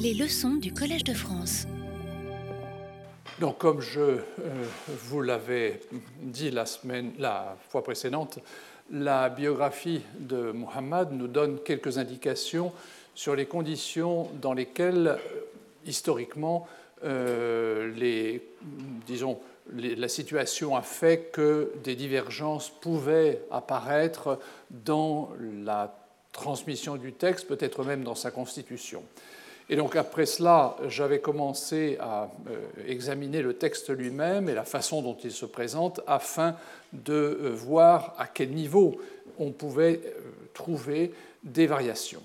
Les leçons du Collège de France. Donc, comme je vous l'avais dit la fois précédente, la biographie de Muhammad nous donne quelques indications sur les conditions dans lesquelles, historiquement, la situation a fait que des divergences pouvaient apparaître dans la transmission du texte, peut-être même dans sa constitution. Et donc après cela, j'avais commencé à examiner le texte lui-même et la façon dont il se présente afin de voir à quel niveau on pouvait trouver des variations.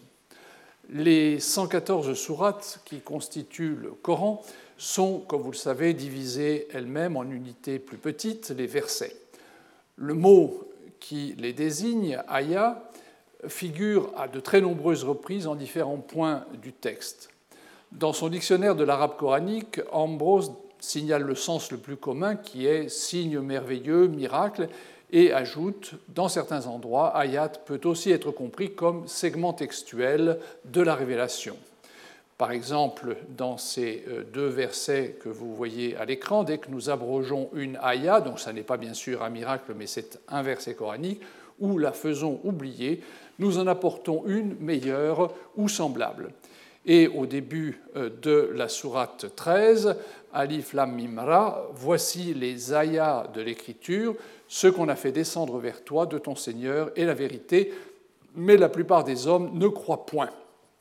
Les 114 sourates qui constituent le Coran sont, comme vous le savez, divisées elles-mêmes en unités plus petites, les versets. Le mot qui les désigne, ayah, figure à de très nombreuses reprises en différents points du texte. Dans son dictionnaire de l'arabe coranique, Ambrose signale le sens le plus commun qui est signe merveilleux, miracle, et ajoute, dans certains endroits, ayat peut aussi être compris comme segment textuel de la révélation. Par exemple, dans ces deux versets que vous voyez à l'écran, dès que nous abrogeons une ayat, donc ça n'est pas bien sûr un miracle, mais c'est un verset coranique, ou la faisons oublier, nous en apportons une meilleure ou semblable. Et au début de la sourate 13, Alif Lam Mim Ra, voici les ayats de l'Écriture, ce qu'on a fait descendre vers toi de ton Seigneur est la vérité, mais la plupart des hommes ne croient point.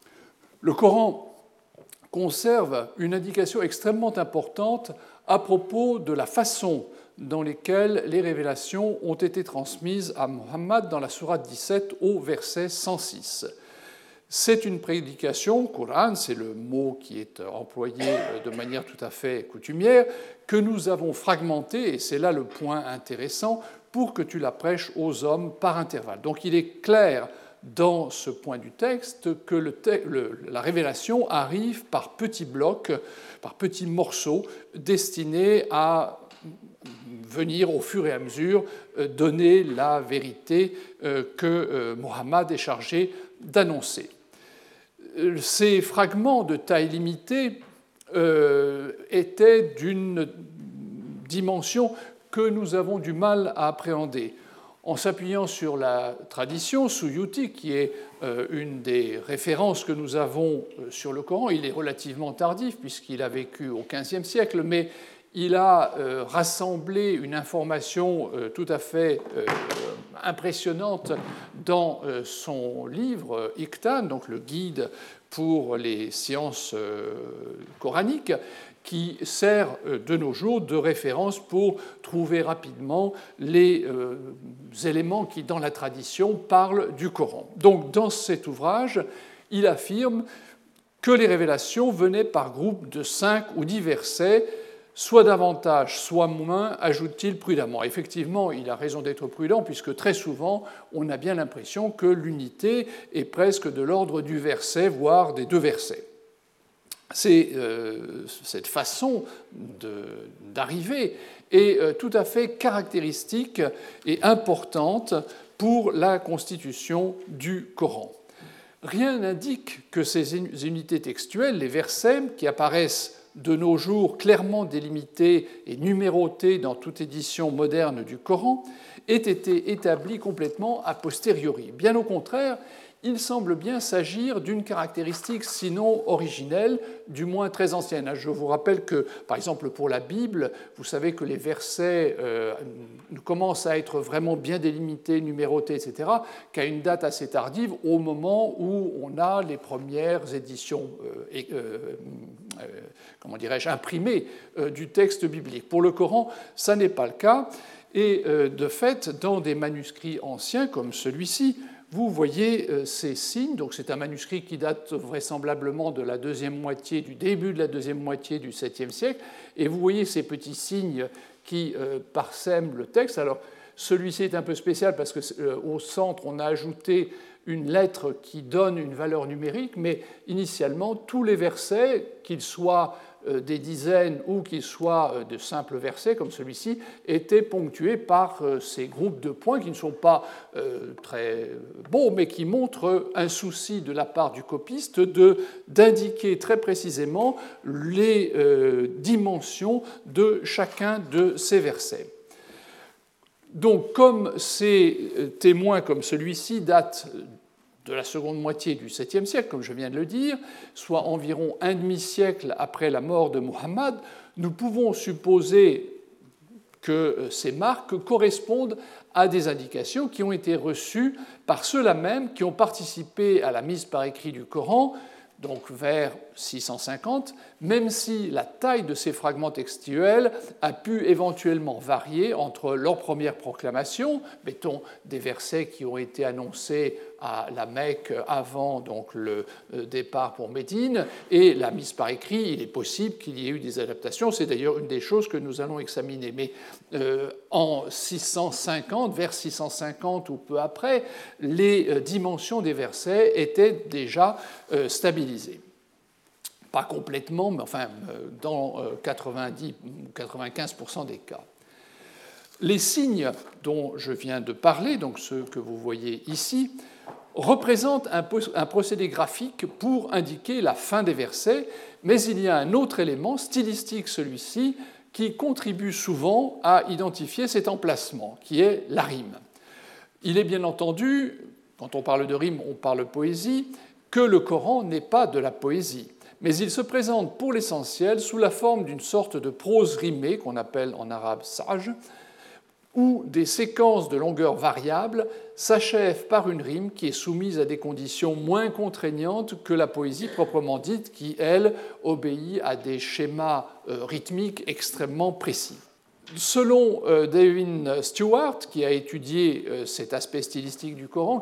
Le Coran conserve une indication extrêmement importante à propos de la façon dans laquelle les révélations ont été transmises à Muhammad dans la sourate 17 au verset 106. C'est une prédication, Coran, c'est le mot qui est employé de manière tout à fait coutumière, que nous avons fragmenté, et c'est là le point intéressant, pour que tu la prêches aux hommes par intervalle. Donc il est clair dans ce point du texte que la révélation arrive par petits blocs, par petits morceaux, destinés à venir au fur et à mesure donner la vérité que Muhammad est chargé d'annoncer. Ces fragments de taille limitée étaient d'une dimension que nous avons du mal à appréhender. En s'appuyant sur la tradition Suyuti, qui est une des références que nous avons sur le Coran, il est relativement tardif puisqu'il a vécu au XVe siècle, mais il a rassemblé une information tout à fait impressionnante dans son livre Iqtan, donc le guide pour les sciences coraniques, qui sert de nos jours de référence pour trouver rapidement les éléments qui, dans la tradition, parlent du Coran. Donc, dans cet ouvrage, il affirme que les révélations venaient par groupe de 5 ou 10 versets, soit davantage, soit moins, ajoute-t-il prudemment. Effectivement, il a raison d'être prudent, puisque très souvent, on a bien l'impression que l'unité est presque de l'ordre du verset, voire des 2 versets. C'est cette façon d'arriver est tout à fait caractéristique et importante pour la constitution du Coran. Rien n'indique que ces unités textuelles, les versets, qui apparaissent de nos jours clairement délimités et numérotés dans toute édition moderne du Coran, aient été établis complètement a posteriori. Bien au contraire, il semble bien s'agir d'une caractéristique sinon originelle, du moins très ancienne. Je vous rappelle que, par exemple, pour la Bible, vous savez que les versets commencent à être vraiment bien délimités, numérotés, etc., qu'à une date assez tardive, au moment où on a les premières éditions imprimées du texte biblique. Pour le Coran, ça n'est pas le cas, et de fait, dans des manuscrits anciens comme celui-ci, vous voyez ces signes, donc c'est un manuscrit qui date vraisemblablement de la du début de la deuxième moitié du 7e siècle, et vous voyez ces petits signes qui parsèment le texte. Alors celui-ci est un peu spécial parce qu'au centre, on a ajouté une lettre qui donne une valeur numérique, mais initialement, tous les versets, qu'ils soient des dizaines ou qu'ils soient de simples versets comme celui-ci, étaient ponctués par ces groupes de points qui ne sont pas très beaux, mais qui montrent un souci de la part du copiste d'indiquer très précisément les dimensions de chacun de ces versets. Donc, comme ces témoins comme celui-ci datent de la seconde moitié du 7e siècle, comme je viens de le dire, soit environ un demi-siècle après la mort de Muhammad, nous pouvons supposer que ces marques correspondent à des indications qui ont été reçues par ceux-là même qui ont participé à la mise par écrit du Coran, donc vers 650, même si la taille de ces fragments textuels a pu éventuellement varier entre leur première proclamation, mettons des versets qui ont été annoncés à la Mecque avant donc, le départ pour Médine, et la mise par écrit, il est possible qu'il y ait eu des adaptations, c'est d'ailleurs une des choses que nous allons examiner. Mais en 650, vers 650 ou peu après, les dimensions des versets étaient déjà stabilisées. Pas complètement, mais enfin dans 90 ou 95% des cas. Les signes dont je viens de parler, donc ceux que vous voyez ici, représentent un procédé graphique pour indiquer la fin des versets, mais il y a un autre élément stylistique, celui-ci, qui contribue souvent à identifier cet emplacement, qui est la rime. Il est bien entendu, quand on parle de rime, on parle poésie, que le Coran n'est pas de la poésie, mais il se présente pour l'essentiel sous la forme d'une sorte de prose rimée, qu'on appelle en arabe saj, où des séquences de longueur variable s'achèvent par une rime qui est soumise à des conditions moins contraignantes que la poésie proprement dite, qui, elle, obéit à des schémas rythmiques extrêmement précis. Selon David Stewart, qui a étudié cet aspect stylistique du Coran,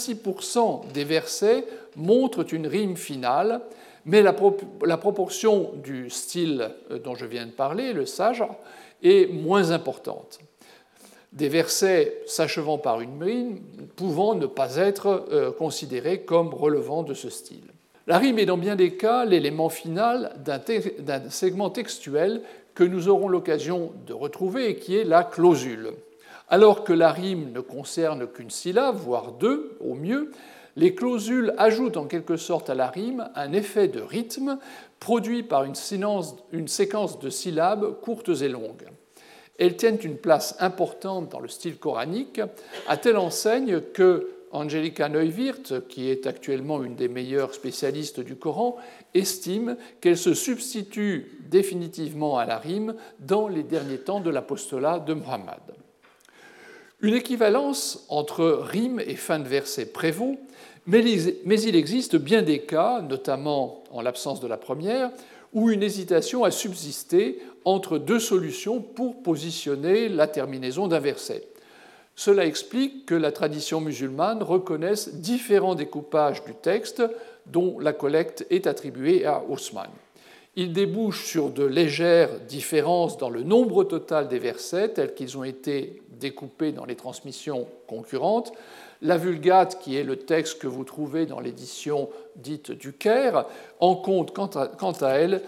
86% des versets montrent une rime finale, mais la proportion du style dont je viens de parler, le saj, est moins importante. Des versets s'achevant par une rime pouvant ne pas être considérés comme relevant de ce style. La rime est dans bien des cas l'élément final d'un segment textuel que nous aurons l'occasion de retrouver et qui est la clausule. Alors que la rime ne concerne qu'une syllabe, voire deux au mieux, les clausules ajoutent en quelque sorte à la rime un effet de rythme produit par une séquence de syllabes courtes et longues. Elles tiennent une place importante dans le style coranique, à telle enseigne que Angelika Neuwirth, qui est actuellement une des meilleures spécialistes du Coran, estime qu'elle se substitue définitivement à la rime dans les derniers temps de l'apostolat de Muhammad. Une équivalence entre rime et fin de verset prévaut, mais il existe bien des cas, notamment en l'absence de la première, où une hésitation a subsisté entre deux solutions pour positionner la terminaison d'un verset. Cela explique que la tradition musulmane reconnaisse différents découpages du texte dont la collecte est attribuée à Osman. Il débouche sur de légères différences dans le nombre total des versets tels qu'ils ont été découpés dans les transmissions concurrentes. La Vulgate, qui est le texte que vous trouvez dans l'édition dite du Caire, en compte quant à elle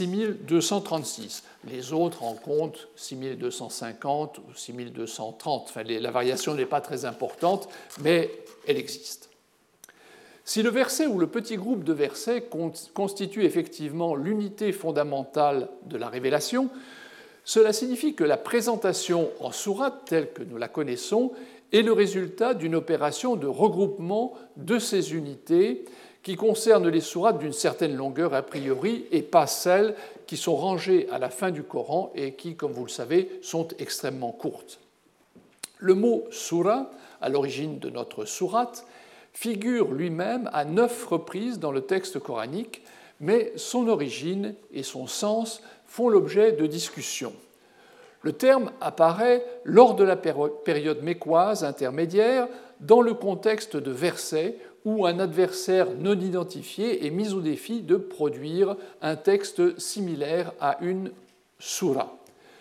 6236. Les autres en comptent 6250 ou 6230. Enfin, la variation n'est pas très importante, mais elle existe. Si le verset ou le petit groupe de versets constitue effectivement l'unité fondamentale de la révélation, cela signifie que la présentation en sourate telle que nous la connaissons est le résultat d'une opération de regroupement de ces unités qui concernent les sourates d'une certaine longueur a priori et pas celles qui sont rangées à la fin du Coran et qui, comme vous le savez, sont extrêmement courtes. Le mot soura, à l'origine de notre sourate, figure lui-même à 9 reprises dans le texte coranique, mais son origine et son sens font l'objet de discussions. Le terme apparaît lors de la période mécoise intermédiaire dans le contexte de versets où un adversaire non identifié est mis au défi de produire un texte similaire à une soura.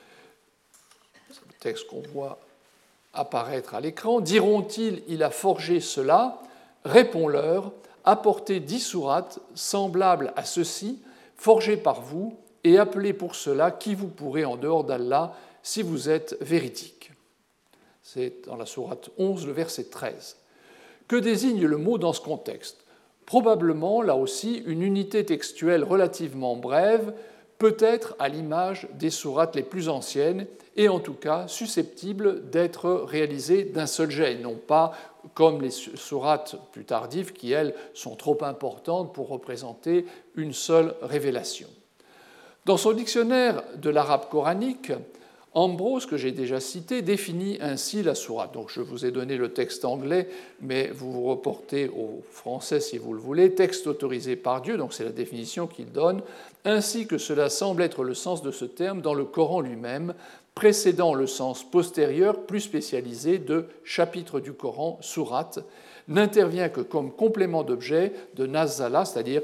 C'est le texte qu'on voit apparaître à l'écran. Diront-ils, il a forgé cela, réponds-leur, apportez 10 sourates semblables à ceux-ci, forgées par vous, et appelez pour cela qui vous pourrez en dehors d'Allah si vous êtes véridique. C'est dans la sourate 11, le verset 13. Que désigne le mot dans ce contexte? Probablement, là aussi, une unité textuelle relativement brève, peut-être à l'image des sourates les plus anciennes, et en tout cas susceptible d'être réalisée d'un seul jet, non pas comme les sourates plus tardives qui, elles, sont trop importantes pour représenter une seule révélation. Dans son dictionnaire de l'arabe coranique, Ambrose, que j'ai déjà cité, définit ainsi la sourate. Donc je vous ai donné le texte anglais, mais vous vous reportez au français si vous le voulez. Texte autorisé par Dieu, donc c'est la définition qu'il donne, ainsi que cela semble être le sens de ce terme dans le Coran lui-même, précédant le sens postérieur plus spécialisé de chapitre du Coran, sourate, n'intervient que comme complément d'objet de Nazala, c'est-à-dire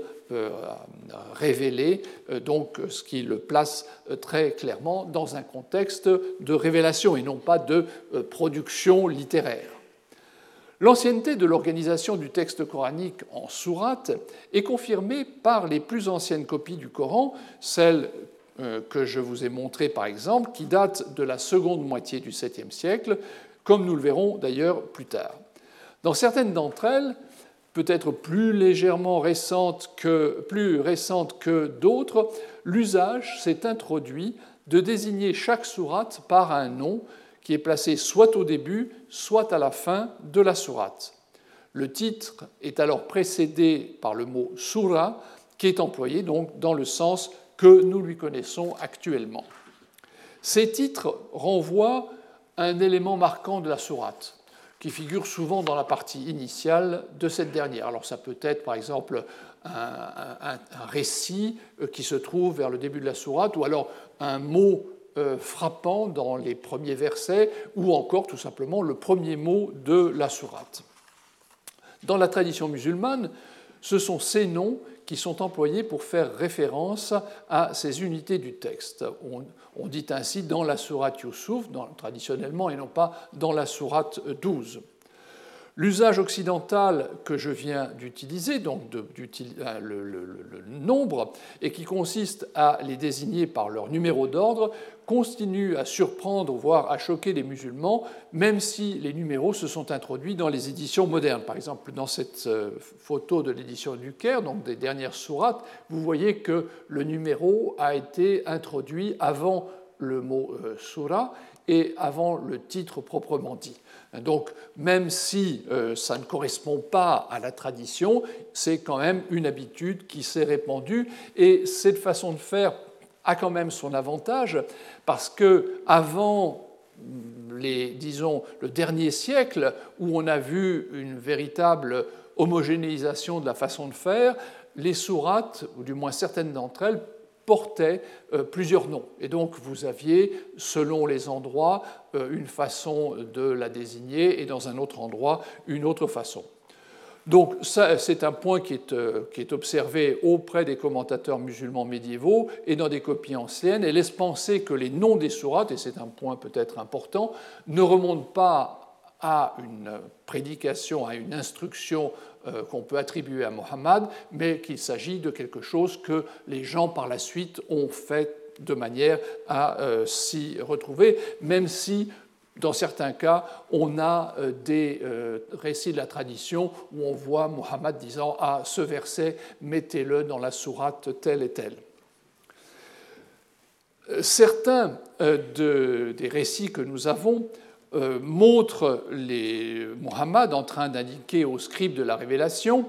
révélé, donc ce qui le place très clairement dans un contexte de révélation et non pas de production littéraire. L'ancienneté de l'organisation du texte coranique en sourates est confirmée par les plus anciennes copies du Coran, celles que je vous ai montrées par exemple, qui datent de la seconde moitié du 7e siècle, comme nous le verrons d'ailleurs plus tard. Dans certaines d'entre elles, peut-être plus récentes que d'autres, l'usage s'est introduit de désigner chaque sourate par un nom qui est placé soit au début, soit à la fin de la sourate. Le titre est alors précédé par le mot surah, qui est employé donc dans le sens que nous lui connaissons actuellement. Ces titres renvoient à un élément marquant de la sourate, qui figure souvent dans la partie initiale de cette dernière. Alors ça peut être par exemple un récit qui se trouve vers le début de la sourate, ou alors un mot frappant dans les premiers versets, ou encore tout simplement le premier mot de la sourate. Dans la tradition musulmane, ce sont ces noms qui sont employés pour faire référence à ces unités du texte. On dit ainsi dans la sourate Yusuf, traditionnellement, et non pas dans la sourate 12. L'usage occidental que je viens d'utiliser, donc le nombre, et qui consiste à les désigner par leur numéro d'ordre, continue à surprendre, voire à choquer les musulmans, même si les numéros se sont introduits dans les éditions modernes. Par exemple, dans cette photo de l'édition du Caire, donc des dernières sourates, vous voyez que le numéro a été introduit avant le mot surah et avant le titre proprement dit. Donc, même si ça ne correspond pas à la tradition, c'est quand même une habitude qui s'est répandue, et cette façon de faire a quand même son avantage, parce que avant le dernier siècle, où on a vu une véritable homogénéisation de la façon de faire, les sourates, ou du moins certaines d'entre elles, portaient plusieurs noms. Et donc vous aviez, selon les endroits, une façon de la désigner, et dans un autre endroit, une autre façon. Donc ça, c'est un point qui est observé auprès des commentateurs musulmans médiévaux et dans des copies anciennes, et laisse penser que les noms des sourates, et c'est un point peut-être important, ne remontent pas à une prédication, à une instruction qu'on peut attribuer à Mohammed, mais qu'il s'agit de quelque chose que les gens par la suite ont fait de manière à s'y retrouver, même si dans certains cas, on a des récits de la tradition où on voit Mohammed disant « Ah, ce verset, mettez-le dans la sourate telle et telle ». Certains des récits que nous avons montrent Mohammed en train d'indiquer au scribe de la révélation,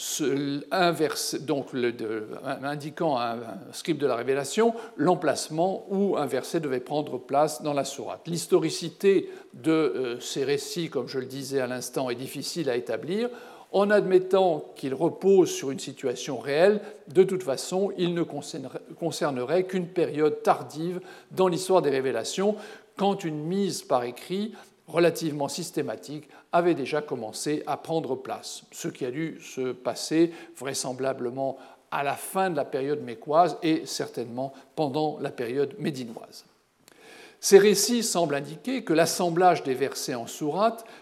indiquant à un scribe de la révélation l'emplacement où un verset devait prendre place dans la sourate. L'historicité de ces récits, comme je le disais à l'instant, est difficile à établir. En admettant qu'ils reposent sur une situation réelle, de toute façon, ils ne concerneraient qu'une période tardive dans l'histoire des révélations, quand une mise par écrit relativement systématique avait déjà commencé à prendre place, ce qui a dû se passer vraisemblablement à la fin de la période mécoise et certainement pendant la période médinoise. Ces récits semblent indiquer que l'assemblage des versets en sourate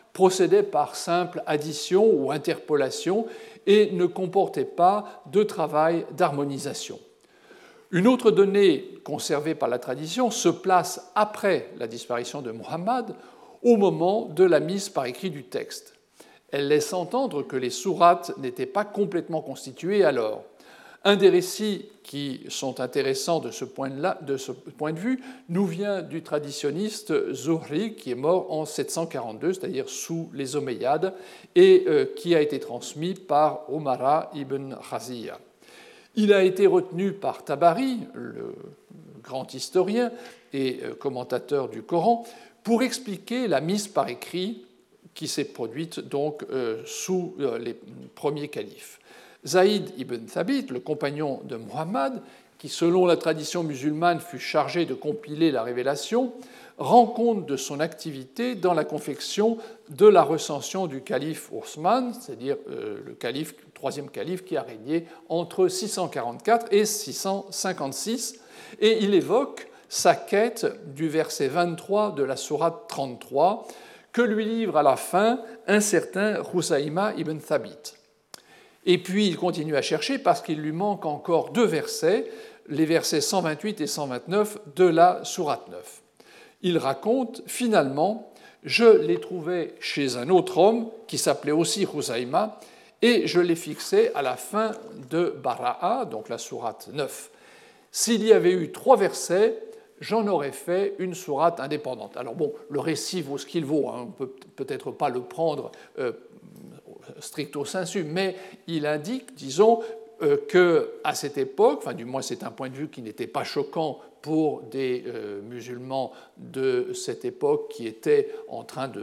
procédait par simple addition ou interpolation et ne comportait pas de travail d'harmonisation. Une autre donnée conservée par la tradition se place après la disparition de Muhammad, au moment de la mise par écrit du texte. Elle laisse entendre que les sourates n'étaient pas complètement constituées alors. Un des récits qui sont intéressants de ce point de vue nous vient du traditionniste Zuhri, qui est mort en 742, c'est-à-dire sous les Omeyyades, et qui a été transmis par Omara ibn Khaziya. Il a été retenu par Tabari, le grand historien et commentateur du Coran, pour expliquer la mise par écrit qui s'est produite donc sous les premiers califes. Zaïd ibn Thabit, le compagnon de Muhammad, qui selon la tradition musulmane fut chargé de compiler la révélation, rend compte de son activité dans la confection de la recension du calife Othman, c'est-à-dire le troisième calife qui a régné entre 644 et 656, et il évoque sa quête du verset 23 de la sourate 33, que lui livre à la fin un certain Khuzayma ibn Thabit. Et puis il continue à chercher parce qu'il lui manque encore 2 versets, les versets 128 et 129 de la sourate 9. Il raconte finalement « Je les trouvais chez un autre homme qui s'appelait aussi Khuzayma et je les fixais à la fin de Bara'a, donc la sourate 9. S'il y avait eu 3 versets, j'en aurais fait une sourate indépendante. » Alors bon, le récit vaut ce qu'il vaut, hein, on ne peut peut-être pas le prendre stricto sensu, mais il indique, disons, qu'à cette époque, enfin du moins c'est un point de vue qui n'était pas choquant pour des musulmans de cette époque qui étaient en train de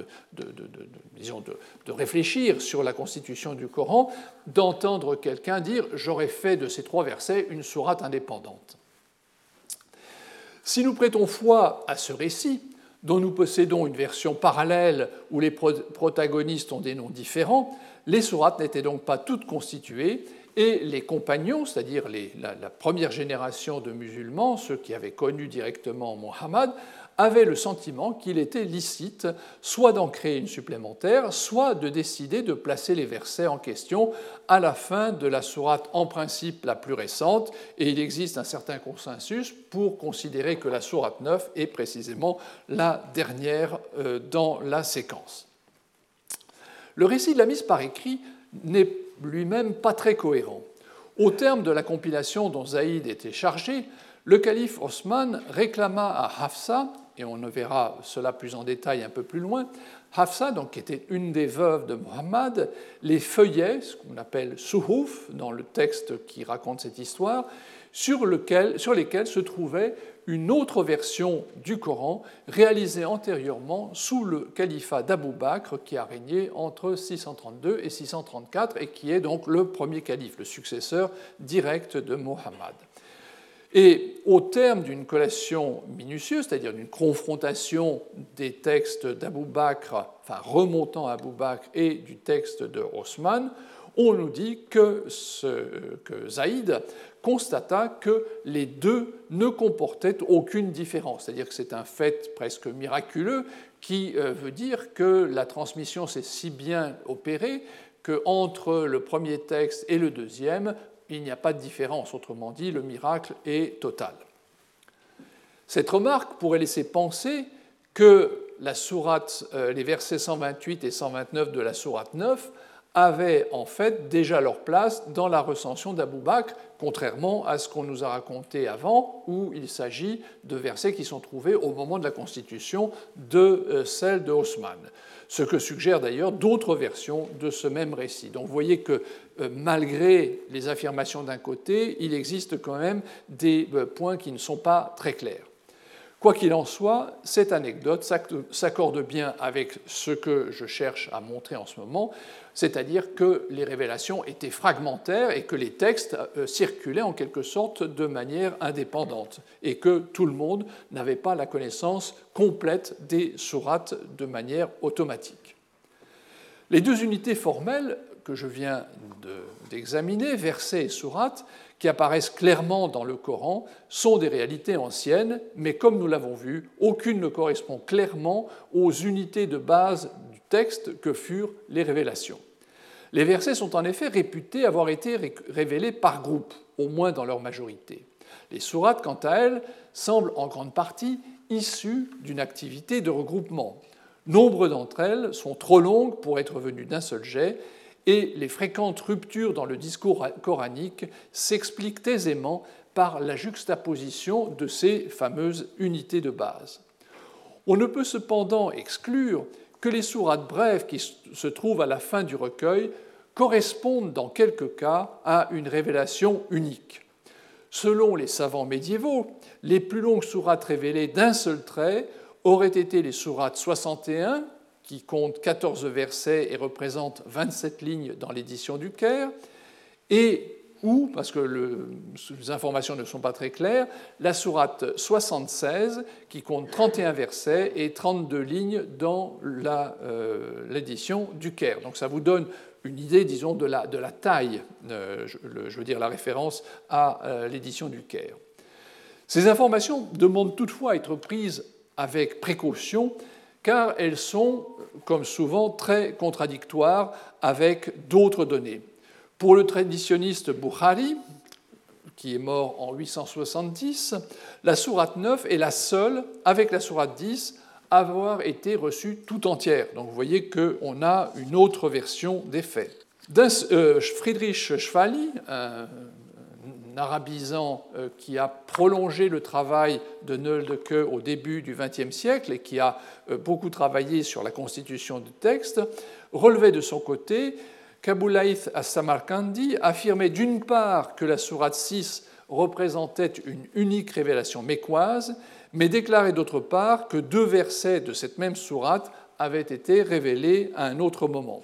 réfléchir sur la constitution du Coran, d'entendre quelqu'un dire « j'aurais fait de ces 3 versets une sourate indépendante ». Si nous prêtons foi à ce récit, dont nous possédons une version parallèle où les protagonistes ont des noms différents, les sourates n'étaient donc pas toutes constituées et les compagnons, c'est-à-dire la première génération de musulmans, ceux qui avaient connu directement Muhammad, avaient le sentiment qu'il était licite soit d'en créer une supplémentaire, soit de décider de placer les versets en question à la fin de la sourate en principe la plus récente, et il existe un certain consensus pour considérer que la sourate 9 est précisément la dernière dans la séquence. Le récit de la mise par écrit n'est lui-même pas très cohérent. Au terme de la compilation dont Zaïd était chargé, le calife Othman réclama à Hafsa, et on ne verra cela plus en détail un peu plus loin, Hafsa, donc, qui était une des veuves de Muhammad, les feuillets, ce qu'on appelle suhuf, dans le texte qui raconte cette histoire, sur lesquels se trouvait une autre version du Coran réalisée antérieurement sous le califat d'Abou Bakr qui a régné entre 632 et 634 et qui est donc le premier calife, le successeur direct de Muhammad. Et au terme d'une collation minutieuse, c'est-à-dire d'une confrontation des textes d'Abou Bakr, enfin remontant à Abou Bakr, et du texte de Othman, on nous dit que Zaïd constata que les deux ne comportaient aucune différence, c'est-à-dire que c'est un fait presque miraculeux qui veut dire que la transmission s'est si bien opérée qu'entre le premier texte et le deuxième, il n'y a pas de différence, autrement dit, le miracle est total. Cette remarque pourrait laisser penser que la sourate, les versets 128 et 129 de la sourate 9 avaient en fait déjà leur place dans la recension d'Abou Bakr, contrairement à ce qu'on nous a raconté avant, où il s'agit de versets qui sont trouvés au moment de la constitution de celle de Othman. Ce que suggèrent d'ailleurs d'autres versions de ce même récit. Donc vous voyez que malgré les affirmations d'un côté, il existe quand même des points qui ne sont pas très clairs. Quoi qu'il en soit, cette anecdote s'accorde bien avec ce que je cherche à montrer en ce moment, c'est-à-dire que les révélations étaient fragmentaires et que les textes circulaient en quelque sorte de manière indépendante et que tout le monde n'avait pas la connaissance complète des sourates de manière automatique. Les deux unités formelles que je viens d'examiner, versets et sourates, qui apparaissent clairement dans le Coran, sont des réalités anciennes, mais comme nous l'avons vu, aucune ne correspond clairement aux unités de base du texte que furent les révélations. Les versets sont en effet réputés avoir été révélés par groupe, au moins dans leur majorité. Les sourates, quant à elles, semblent en grande partie issues d'une activité de regroupement. Nombre d'entre elles sont trop longues pour être venues d'un seul jet, et les fréquentes ruptures dans le discours coranique s'expliquent aisément par la juxtaposition de ces fameuses unités de base. On ne peut cependant exclure que les sourates brèves qui se trouvent à la fin du recueil correspondent dans quelques cas à une révélation unique. Selon les savants médiévaux, les plus longues sourates révélées d'un seul trait auraient été les sourates 61, qui comptent 14 versets et représentent 27 lignes dans l'édition du Caire, ou, parce que les informations ne sont pas très claires, la sourate 76, qui compte 31 versets et 32 lignes dans l'édition du Caire. Donc ça vous donne une idée, disons, de la taille, je veux dire la référence à l'édition du Caire. Ces informations demandent toutefois à être prises avec précaution, car elles sont, comme souvent, très contradictoires avec d'autres données. Pour le traditionniste Bukhari, qui est mort en 870, la sourate 9 est la seule, avec la sourate 10, à avoir été reçue tout entière. Donc vous voyez qu'on a une autre version des faits. Friedrich Schwally, un arabisant qui a prolongé le travail de Nöldeke au début du XXe siècle et qui a beaucoup travaillé sur la constitution du texte, relevait de son côté qu'Abu Layth as-Samarkandi affirmait d'une part que la sourate 6 représentait une unique révélation mécoise, mais déclarait d'autre part que 2 versets de cette même sourate avaient été révélés à un autre moment.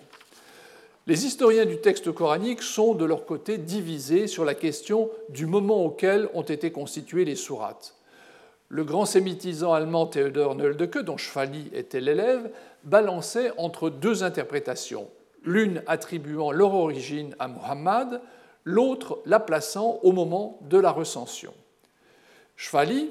Les historiens du texte coranique sont de leur côté divisés sur la question du moment auquel ont été constituées les sourates. Le grand sémitisant allemand Theodor Nöldeke, dont Schwally était l'élève, balançait entre 2 interprétations, l'une attribuant leur origine à Muhammad, l'autre la plaçant au moment de la recension. Schwally,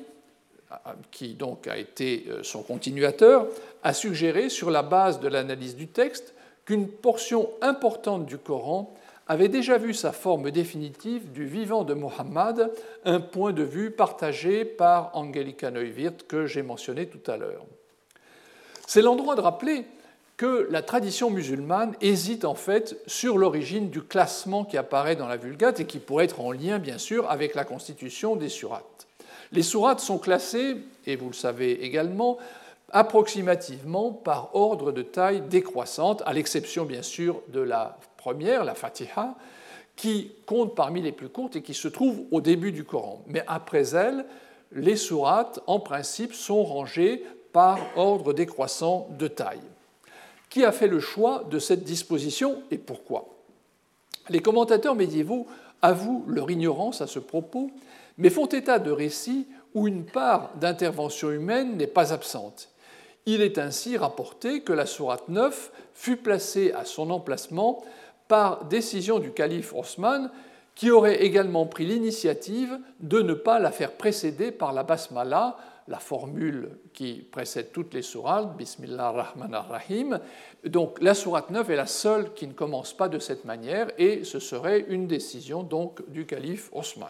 qui donc a été son continuateur, a suggéré, sur la base de l'analyse du texte, qu'une portion importante du Coran avait déjà vu sa forme définitive du vivant de Muhammad, un point de vue partagé par Angelika Neuwirth que j'ai mentionné tout à l'heure. C'est l'endroit de rappeler que la tradition musulmane hésite en fait sur l'origine du classement qui apparaît dans la Vulgate et qui pourrait être en lien, bien sûr, avec la constitution des sourates. Les sourates sont classées, et vous le savez également, approximativement par ordre de taille décroissante, à l'exception bien sûr de la première, la Fatiha, qui compte parmi les plus courtes et qui se trouve au début du Coran. Mais après elle, les sourates, en principe, sont rangées par ordre décroissant de taille. Qui a fait le choix de cette disposition et pourquoi? Les commentateurs médiévaux avouent leur ignorance à ce propos, mais font état de récits où une part d'intervention humaine n'est pas absente. Il est ainsi rapporté que la sourate 9 fut placée à son emplacement par décision du calife Osman, qui aurait également pris l'initiative de ne pas la faire précéder par la basmala, la formule qui précède toutes les sourates, Bismillah ar-Rahman ar-Rahim. Donc la sourate 9 est la seule qui ne commence pas de cette manière, et ce serait une décision donc du calife Osman.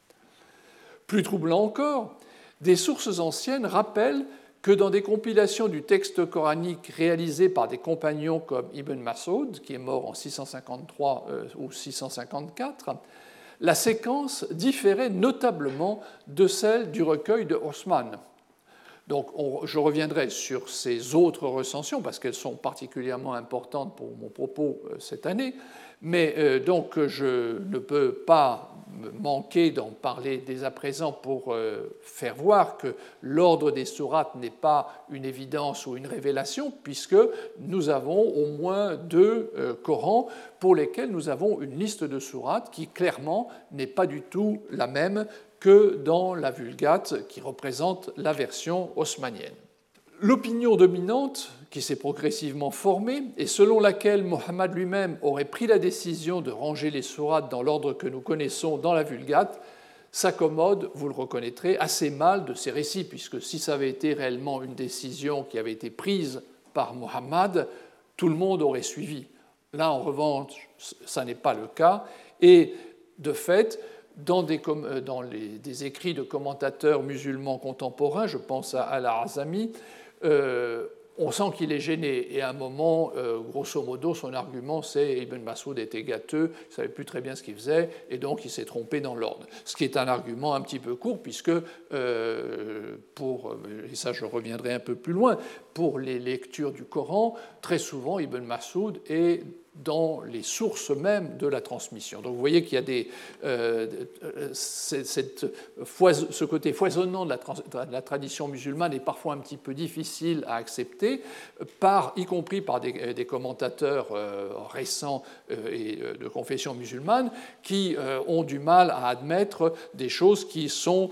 Plus troublant encore, des sources anciennes rappellent que dans des compilations du texte coranique réalisées par des compagnons comme Ibn Mas'ud, qui est mort en 653 ou 654, la séquence différait notablement de celle du recueil de Osman. Donc, je reviendrai sur ces autres recensions parce qu'elles sont particulièrement importantes pour mon propos cette année, mais donc je ne peux pas manquer d'en parler dès à présent pour faire voir que l'ordre des sourates n'est pas une évidence ou une révélation, puisque nous avons au moins 2 Corans pour lesquels nous avons une liste de sourates qui clairement n'est pas du tout la même que dans la Vulgate qui représente la version haussmannienne. L'opinion dominante, qui s'est progressivement formée, et selon laquelle Mohammed lui-même aurait pris la décision de ranger les sourates dans l'ordre que nous connaissons dans la Vulgate, s'accommode, vous le reconnaîtrez, assez mal de ces récits, puisque si ça avait été réellement une décision qui avait été prise par Mohammed, tout le monde aurait suivi. Là, en revanche, ça n'est pas le cas. Et de fait, dans des écrits de commentateurs musulmans contemporains, je pense à Al-Azami, on sent qu'il est gêné. Et à un moment, grosso modo, son argument, c'est Ibn Mas'ud était gâteux, il ne savait plus très bien ce qu'il faisait, et donc il s'est trompé dans l'ordre. Ce qui est un argument un petit peu court, puisque, et ça je reviendrai un peu plus loin, pour les lectures du Coran, très souvent Ibn Mas'ud est dans les sources mêmes de la transmission. Donc vous voyez qu'il y a ce côté foisonnant de la tradition musulmane est parfois un petit peu difficile à accepter, y compris par des commentateurs récents et de confession musulmane qui ont du mal à admettre des choses qui sont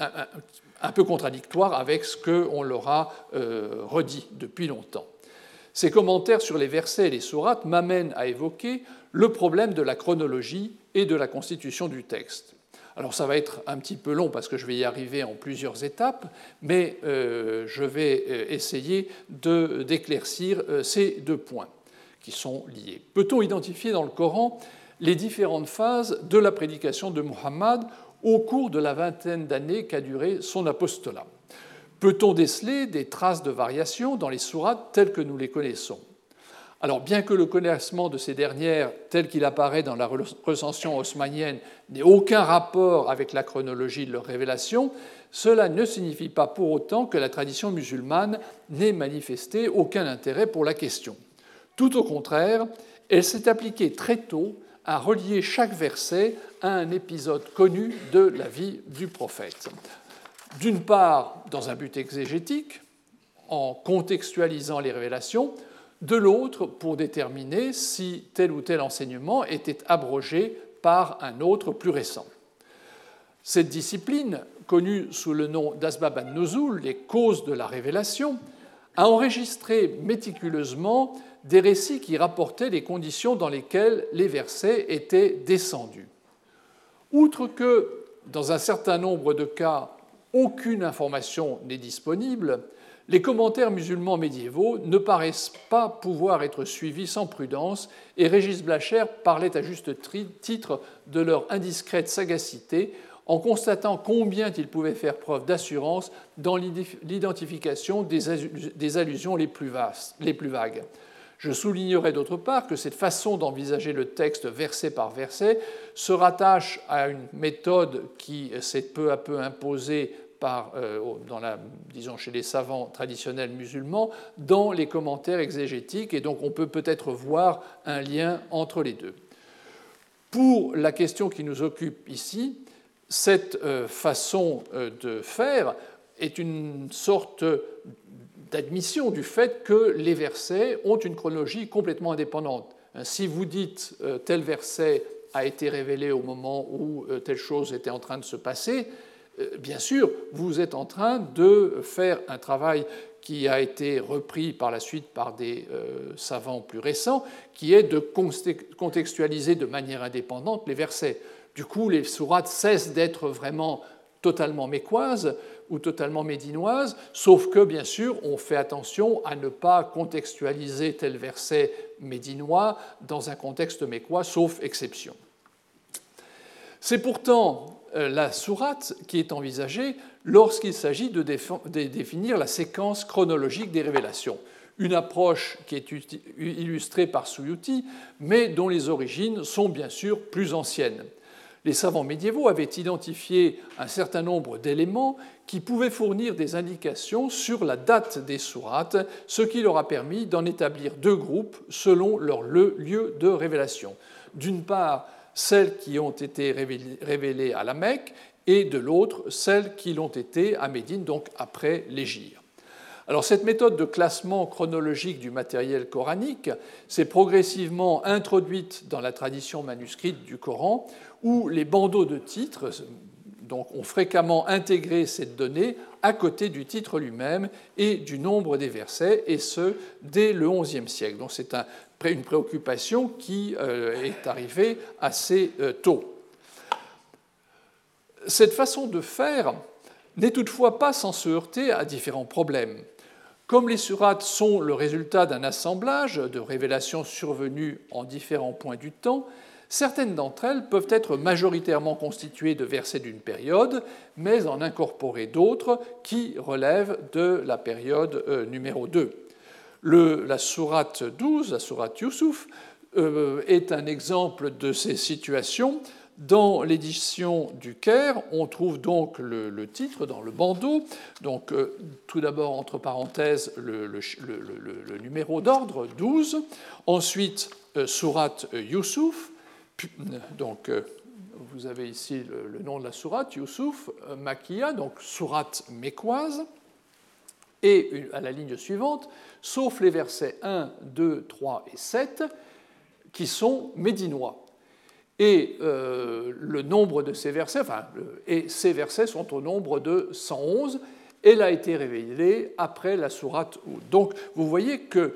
un peu contradictoires avec ce qu'on leur a redit depuis longtemps. Ces commentaires sur les versets et les sourates m'amènent à évoquer le problème de la chronologie et de la constitution du texte. Alors ça va être un petit peu long parce que je vais y arriver en plusieurs étapes, mais je vais essayer d'éclaircir ces deux points qui sont liés. Peut-on identifier dans le Coran les différentes phases de la prédication de Muhammad au cours de la vingtaine d'années qu'a duré son apostolat? Peut-on déceler des traces de variation dans les sourates telles que nous les connaissons? Alors, bien que le connaissement de ces dernières, tel qu'il apparaît dans la recension haussmannienne, n'ait aucun rapport avec la chronologie de leur révélation, cela ne signifie pas pour autant que la tradition musulmane n'ait manifesté aucun intérêt pour la question. Tout au contraire, elle s'est appliquée très tôt à relier chaque verset à un épisode connu de la vie du prophète. D'une part, dans un but exégétique, en contextualisant les révélations, de l'autre, pour déterminer si tel ou tel enseignement était abrogé par un autre plus récent. Cette discipline, connue sous le nom d'Asbab an-Nuzul, les causes de la révélation, a enregistré méticuleusement des récits qui rapportaient les conditions dans lesquelles les versets étaient descendus. Outre que, dans un certain nombre de cas, aucune information n'est disponible, les commentaires musulmans médiévaux ne paraissent pas pouvoir être suivis sans prudence, et Régis Blacher parlait à juste titre de leur indiscrète sagacité en constatant combien ils pouvaient faire preuve d'assurance dans l'identification des allusions les plus vagues. Je soulignerai d'autre part que cette façon d'envisager le texte verset par verset se rattache à une méthode qui s'est peu à peu imposée disons chez les savants traditionnels musulmans dans les commentaires exégétiques, et donc on peut peut-être voir un lien entre les deux. Pour la question qui nous occupe ici, cette façon de faire est une sorte d'admission du fait que les versets ont une chronologie complètement indépendante. Si vous dites tel verset a été révélé au moment où telle chose était en train de se passer, bien sûr, vous êtes en train de faire un travail qui a été repris par la suite par des savants plus récents, qui est de contextualiser de manière indépendante les versets. Du coup, les sourates cessent d'être vraiment totalement mécoises ou totalement médinoises, sauf que, bien sûr, on fait attention à ne pas contextualiser tel verset médinois dans un contexte mécois, sauf exception. C'est pourtant la sourate qui est envisagée lorsqu'il s'agit de définir la séquence chronologique des révélations, une approche qui est illustrée par Suyuti, mais dont les origines sont bien sûr plus anciennes. Les savants médiévaux avaient identifié un certain nombre d'éléments qui pouvaient fournir des indications sur la date des sourates, ce qui leur a permis d'en établir deux groupes selon leur lieu de révélation. D'une part, celles qui ont été révélées à la Mecque, et de l'autre, celles qui l'ont été à Médine, donc après l'Hégire. Alors, cette méthode de classement chronologique du matériel coranique s'est progressivement introduite dans la tradition manuscrite du Coran, où les bandeaux de titres donc, ont fréquemment intégré cette donnée à côté du titre lui-même et du nombre des versets, et ce, dès le XIe siècle. Donc, c'est une préoccupation qui est arrivée assez tôt. Cette façon de faire n'est toutefois pas sans se heurter à différents problèmes. Comme les sourates sont le résultat d'un assemblage de révélations survenues en différents points du temps, certaines d'entre elles peuvent être majoritairement constituées de versets d'une période, mais en incorporer d'autres qui relèvent de la période numéro 2. La sourate 12, la sourate Youssouf, est un exemple de ces situations. Dans l'édition du Caire, on trouve donc le titre dans le bandeau. Donc, tout d'abord, entre parenthèses, le numéro d'ordre, 12. Ensuite, sourate Youssouf. Donc, vous avez ici le nom de la sourate, Youssouf, Makia, donc sourate mécoise. Et à la ligne suivante, sauf les versets 1, 2, 3 et 7, qui sont médinois. Et le nombre de ces versets, et ces versets sont au nombre de 111. Elle a été révélée après la sourate Hud. Donc, vous voyez que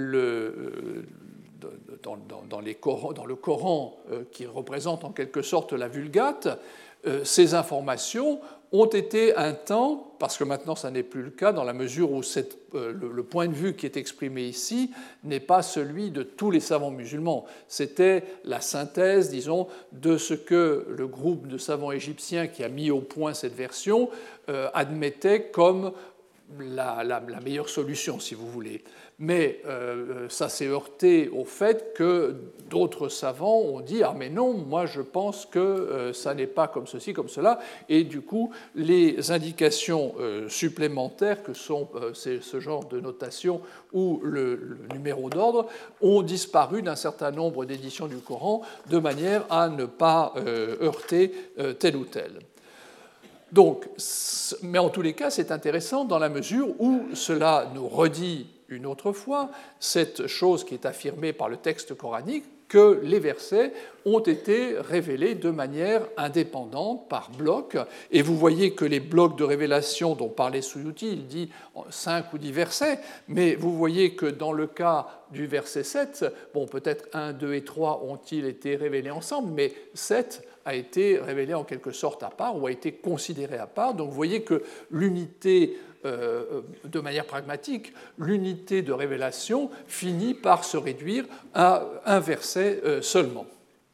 dans le Coran, qui représente en quelque sorte la Vulgate, ces informations ont été un temps, parce que maintenant ça n'est plus le cas, dans la mesure où le point de vue qui est exprimé ici n'est pas celui de tous les savants musulmans. C'était la synthèse, disons, de ce que le groupe de savants égyptiens qui a mis au point cette version admettait comme la meilleure solution, si vous voulez. Mais ça s'est heurté au fait que d'autres savants ont dit « Ah mais non, moi je pense que ça n'est pas comme ceci, comme cela ». Et du coup, les indications supplémentaires que sont ce genre de notation ou le numéro d'ordre ont disparu d'un certain nombre d'éditions du Coran de manière à ne pas heurter tel ou tel. Donc, mais en tous les cas, c'est intéressant dans la mesure où cela nous redit une autre fois cette chose qui est affirmée par le texte coranique, que les versets ont été révélés de manière indépendante, par blocs. Et vous voyez que les blocs de révélation dont parlait Suyuti, il dit 5 ou 10 versets, mais vous voyez que dans le cas du verset 7, bon, peut-être 1, 2 et 3 ont-ils été révélés ensemble, mais 7 a été révélé en quelque sorte à part ou a été considéré à part. Donc vous voyez que l'unité, de manière pragmatique, l'unité de révélation finit par se réduire à un verset seulement.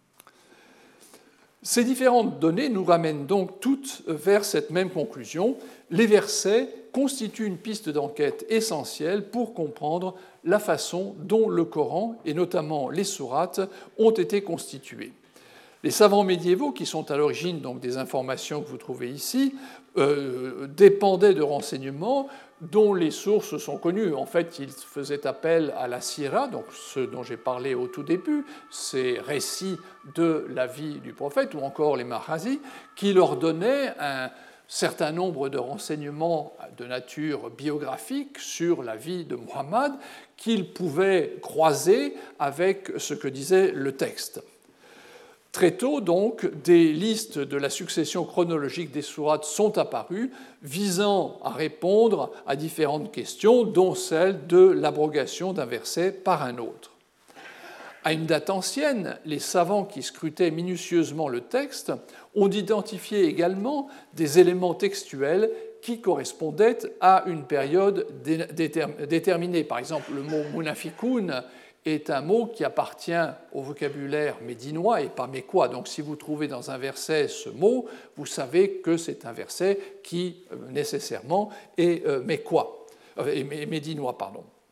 Ces différentes données nous ramènent donc toutes vers cette même conclusion. Les versets constituent une piste d'enquête essentielle pour comprendre la façon dont le Coran, et notamment les sourates, ont été constitués. Les savants médiévaux, qui sont à l'origine donc des informations que vous trouvez ici, dépendaient de renseignements dont les sources sont connues. En fait, ils faisaient appel à la Sira, donc ce dont j'ai parlé au tout début, ces récits de la vie du prophète, ou encore les Maghazi, qui leur donnaient un certain nombre de renseignements de nature biographique sur la vie de Muhammad qu'ils pouvaient croiser avec ce que disait le texte. Très tôt, donc, des listes de la succession chronologique des sourates sont apparues, visant à répondre à différentes questions, dont celle de l'abrogation d'un verset par un autre. À une date ancienne, les savants qui scrutaient minutieusement le texte ont identifié également des éléments textuels qui correspondaient à une période déterminée. Par exemple, le mot munafiqun est un mot qui appartient au vocabulaire médinois et pas mécois. Donc si vous trouvez dans un verset ce mot, vous savez que c'est un verset qui nécessairement est médinois.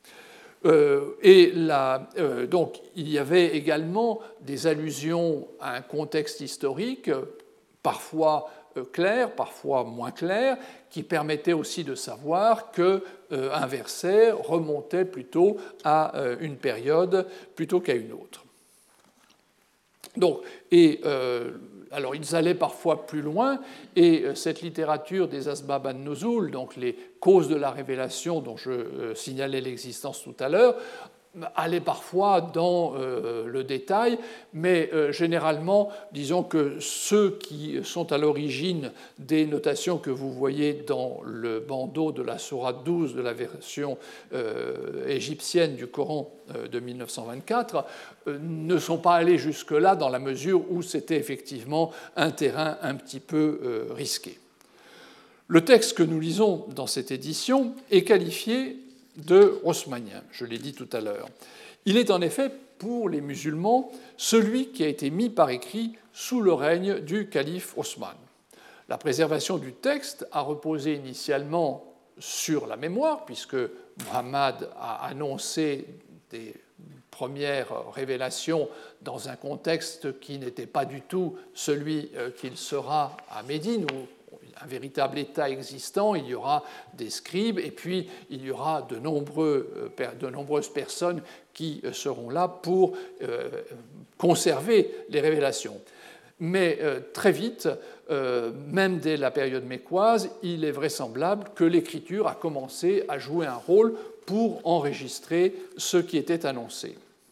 Donc il y avait également des allusions à un contexte historique, parfois clair, parfois moins clair, qui permettait aussi de savoir qu'un verset remontait plutôt à une période plutôt qu'à une autre. Donc, alors ils allaient parfois plus loin, et cette littérature des Asbab an-Nuzul, donc les causes de la révélation dont je signalais l'existence tout à l'heure, allait parfois dans le détail, mais généralement, disons que ceux qui sont à l'origine des notations que vous voyez dans le bandeau de la sourate 12 de la version égyptienne du Coran de 1924 ne sont pas allés jusque-là dans la mesure où c'était effectivement un terrain un petit peu risqué. Le texte que nous lisons dans cette édition est qualifié de haussmannien, je l'ai dit tout à l'heure. Il est en effet, pour les musulmans, celui qui a été mis par écrit sous le règne du calife Osman. La préservation du texte a reposé initialement sur la mémoire, puisque Muhammad a annoncé des premières révélations dans un contexte qui n'était pas du tout celui qu'il sera à Médine, où un véritable État existant, il y aura des scribes, et puis il y aura de nombreuses personnes qui seront là pour conserver les révélations. Mais très vite, même dès la période mécoise, il est vraisemblable que l'écriture a commencé à jouer un rôle pour enregistrer ce qui était annoncé.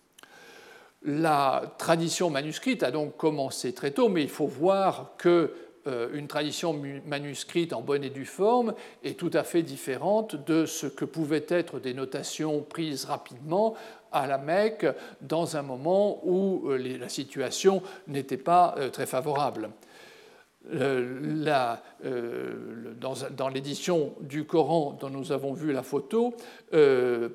La tradition manuscrite a donc commencé très tôt, mais il faut voir qu'une tradition manuscrite en bonne et due forme est tout à fait différente de ce que pouvaient être des notations prises rapidement à la Mecque dans un moment où la situation n'était pas très favorable. Dans l'édition du Coran dont nous avons vu la photo, on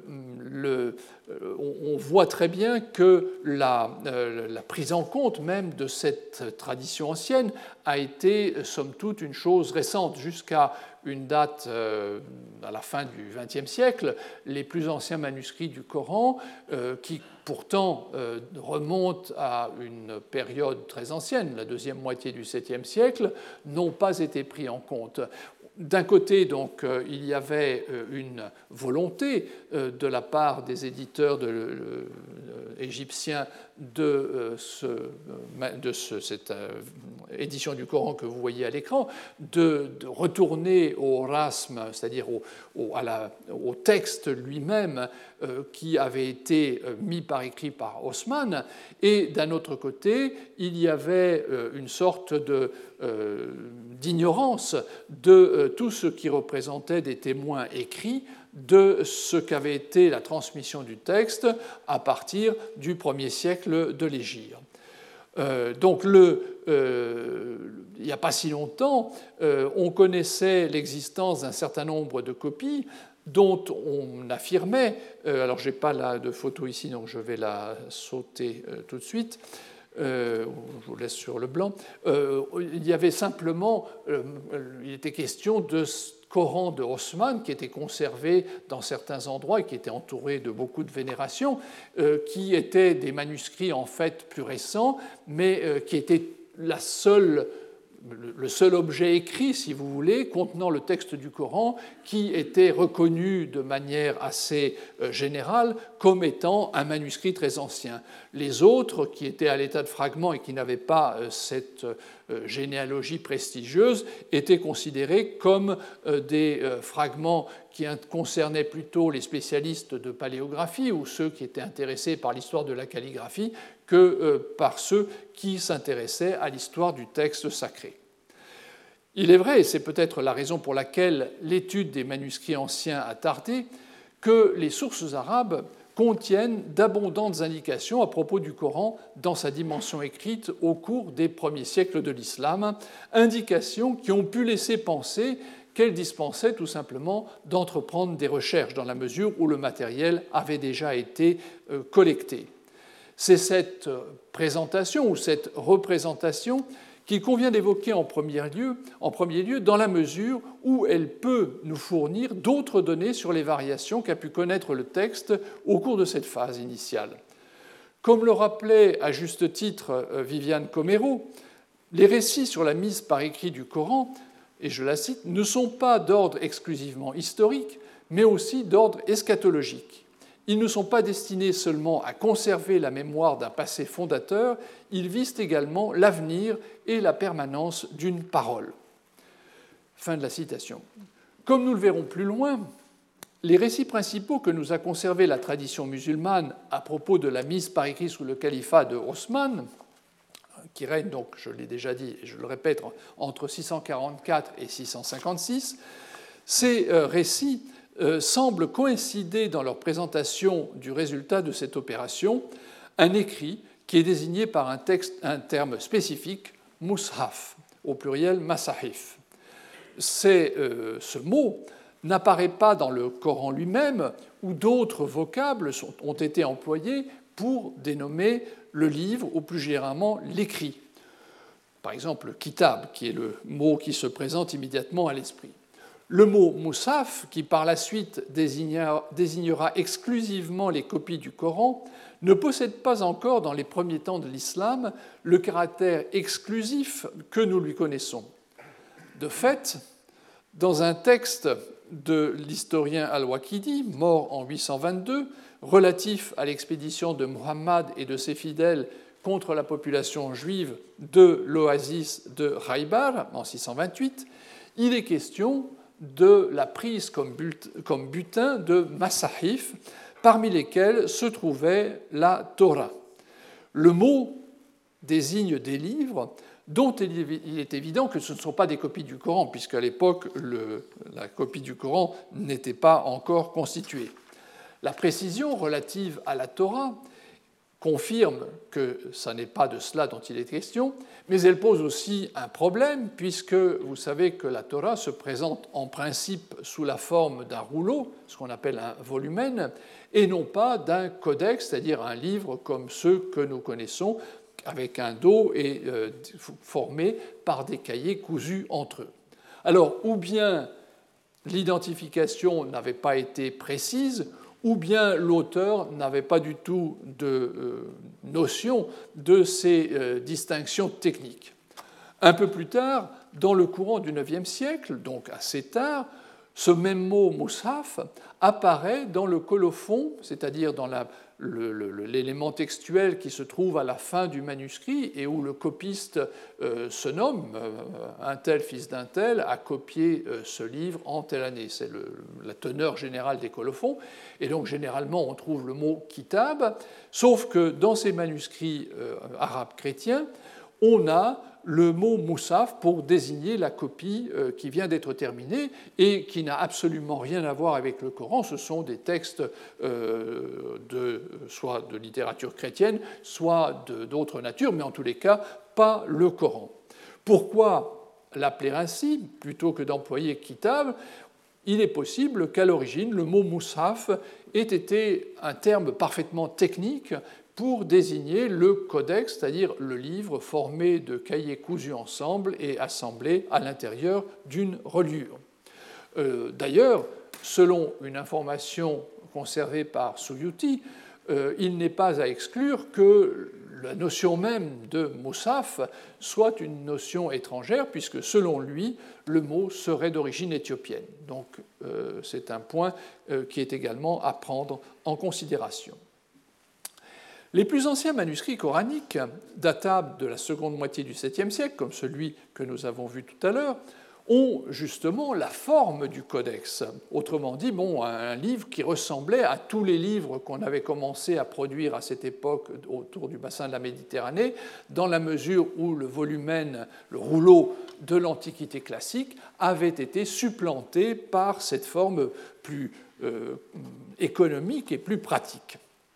voit très bien que la prise en compte même de cette tradition ancienne a été, somme toute, une chose récente. Jusqu'à une date à la fin du XXe siècle, les plus anciens manuscrits du Coran, qui pourtant remontent à une période très ancienne, la deuxième moitié du VIIe siècle, n'ont pas été pris en compte. D'un côté, donc, il y avait une volonté de la part des éditeurs égyptiens de cette édition du Coran que vous voyez à l'écran, de retourner au rasm, c'est-à-dire au texte lui-même qui avait été mis par écrit par Osman, et d'un autre côté, il y avait une sorte d'ignorance de tout ce qui représentait des témoins écrits de ce qu'avait été la transmission du texte à partir du 1er siècle de l'Hégire. Donc, il n'y a pas si longtemps, on connaissait l'existence d'un certain nombre de copies dont on affirmait, alors je n'ai pas de photo ici, donc je vais la sauter tout de suite, je vous laisse sur le blanc, il y avait simplement, il était question de Coran de Osman qui était conservé dans certains endroits et qui était entouré de beaucoup de vénération, qui étaient des manuscrits en fait plus récents, mais qui étaient le seul objet écrit, si vous voulez, contenant le texte du Coran, qui était reconnu de manière assez générale comme étant un manuscrit très ancien. Les autres, qui étaient à l'état de fragments et qui n'avaient pas cette généalogie prestigieuse, étaient considérés comme des fragments qui concernaient plutôt les spécialistes de paléographie ou ceux qui étaient intéressés par l'histoire de la calligraphie que par ceux qui s'intéressaient à l'histoire du texte sacré. Il est vrai, et c'est peut-être la raison pour laquelle l'étude des manuscrits anciens a tardé, que les sources arabes contiennent d'abondantes indications à propos du Coran dans sa dimension écrite au cours des premiers siècles de l'islam, indications qui ont pu laisser penser qu'elle dispensait tout simplement d'entreprendre des recherches dans la mesure où le matériel avait déjà été collecté. C'est cette présentation ou cette représentation qu'il convient d'évoquer en premier lieu dans la mesure où elle peut nous fournir d'autres données sur les variations qu'a pu connaître le texte au cours de cette phase initiale. Comme le rappelait à juste titre Viviane Comero, les récits sur la mise par écrit du Coran, et je la cite, ne sont pas d'ordre exclusivement historique, mais aussi d'ordre eschatologique. Ils ne sont pas destinés seulement à conserver la mémoire d'un passé fondateur, ils visent également l'avenir et la permanence d'une parole. Fin de la citation. Comme nous le verrons plus loin, les récits principaux que nous a conservés la tradition musulmane à propos de la mise par écrit sous le califat de Osman, qui règne donc, je l'ai déjà dit et je le répète, entre 644 et 656, ces récits semblent coïncider dans leur présentation du résultat de cette opération, un écrit qui est désigné par un terme spécifique, mushaf, au pluriel masahif. Ce mot n'apparaît pas dans le Coran lui-même, où d'autres vocables ont été employés pour dénommer le livre, ou plus généralement l'écrit. Par exemple, le kitab, qui est le mot qui se présente immédiatement à l'esprit. Le mot mushaf, qui par la suite désignera exclusivement les copies du Coran, ne possède pas encore, dans les premiers temps de l'islam, le caractère exclusif que nous lui connaissons. De fait, dans un texte de l'historien Al-Waqidi, mort en 822, relatif à l'expédition de Muhammad et de ses fidèles contre la population juive de l'oasis de Khaybar en 628, il est question de la prise comme butin de Masahif, parmi lesquels se trouvait la Torah. Le mot désigne des livres dont il est évident que ce ne sont pas des copies du Coran, puisqu'à l'époque, la copie du Coran n'était pas encore constituée. La précision relative à la Torah confirme que ce n'est pas de cela dont il est question, mais elle pose aussi un problème, puisque vous savez que la Torah se présente en principe sous la forme d'un rouleau, ce qu'on appelle un volumen, et non pas d'un codex, c'est-à-dire un livre comme ceux que nous connaissons, avec un dos et formé par des cahiers cousus entre eux. Alors, ou bien l'identification n'avait pas été précise, ou bien l'auteur n'avait pas du tout de notion de ces distinctions techniques. Un peu plus tard, dans le courant du IXe siècle, donc assez tard, ce même mot mushaf apparaît dans le colophon, c'est-à-dire dans l'élément textuel qui se trouve à la fin du manuscrit et où le copiste se nomme un tel fils d'un tel a copié ce livre en telle année. C'est la teneur générale des colophons. Et donc généralement on trouve le mot kitab, sauf que dans ces manuscrits arabes chrétiens, on a le mot mushaf pour désigner la copie qui vient d'être terminée et qui n'a absolument rien à voir avec le Coran. Ce sont des textes soit de littérature chrétienne, soit d'autres natures, mais en tous les cas, pas le Coran. Pourquoi l'appeler ainsi plutôt que d'employer kitab ? Il est possible qu'à l'origine, le mot mushaf ait été un terme parfaitement technique pour désigner le codex, c'est-à-dire le livre formé de cahiers cousus ensemble et assemblés à l'intérieur d'une reliure. D'ailleurs, selon une information conservée par Suyuti, il n'est pas à exclure que la notion même de mushaf soit une notion étrangère, puisque selon lui, le mot serait d'origine éthiopienne. Donc c'est un point qui est également à prendre en considération. Les plus anciens manuscrits coraniques, datables de la seconde moitié du 7e siècle, comme celui que nous avons vu tout à l'heure, ont justement la forme du codex. Autrement dit, un livre qui ressemblait à tous les livres qu'on avait commencé à produire à cette époque autour du bassin de la Méditerranée, dans la mesure où le volumen, le rouleau de l'Antiquité classique avait été supplanté par cette forme plus économique et plus pratique.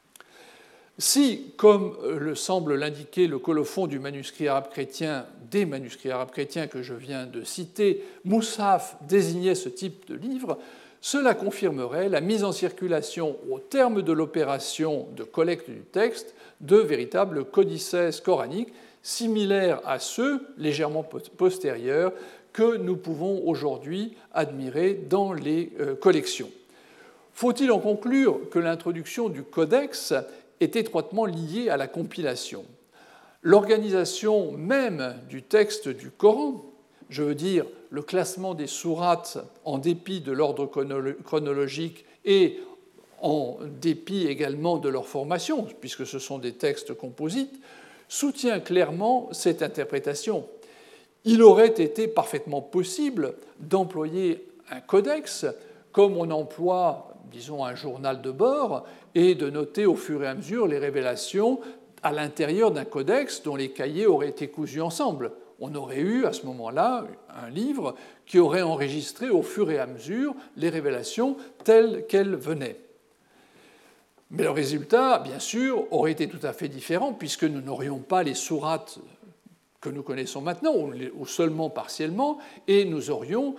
Si, comme le semble l'indiquer le colophon des manuscrits arabes chrétiens que je viens de citer, mushaf désignait ce type de livre, cela confirmerait la mise en circulation au terme de l'opération de collecte du texte de véritables codices coraniques similaires à ceux, légèrement postérieurs, que nous pouvons aujourd'hui admirer dans les collections. Faut-il en conclure que l'introduction du codex est étroitement liée à la compilation? L'organisation même du texte du Coran, je veux dire le classement des sourates en dépit de l'ordre chronologique et en dépit également de leur formation, puisque ce sont des textes composites, soutient clairement cette interprétation. Il aurait été parfaitement possible d'employer un codex comme on emploie, disons, un journal de bord et de noter au fur et à mesure les révélations à l'intérieur d'un codex dont les cahiers auraient été cousus ensemble. On aurait eu à ce moment-là un livre qui aurait enregistré au fur et à mesure les révélations telles qu'elles venaient. Mais le résultat, bien sûr, aurait été tout à fait différent puisque nous n'aurions pas les sourates que nous connaissons maintenant, ou seulement partiellement, et nous aurions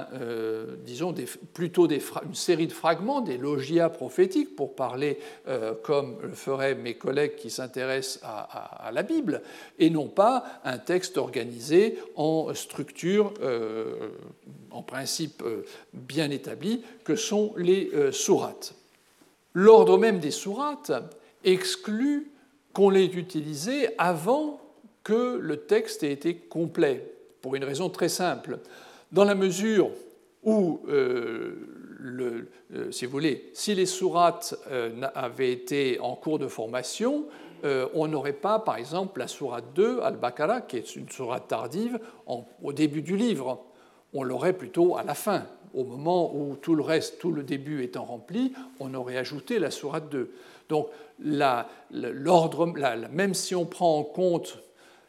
plutôt une série de fragments, des logia prophétiques, pour parler comme le feraient mes collègues qui s'intéressent à la Bible, et non pas un texte organisé en structure, en principe bien établi, que sont les sourates. L'ordre même des sourates exclut qu'on l'ait utilisé avant que le texte ait été complet, pour une raison très simple. Dans la mesure où, si vous voulez, si les sourates avaient été en cours de formation, on n'aurait pas, par exemple, la sourate 2, Al-Baqarah, qui est une sourate tardive, au début du livre. On l'aurait plutôt à la fin. Au moment où tout le reste, tout le début étant rempli, on aurait ajouté la sourate 2. Donc, l'ordre, même si on prend en compte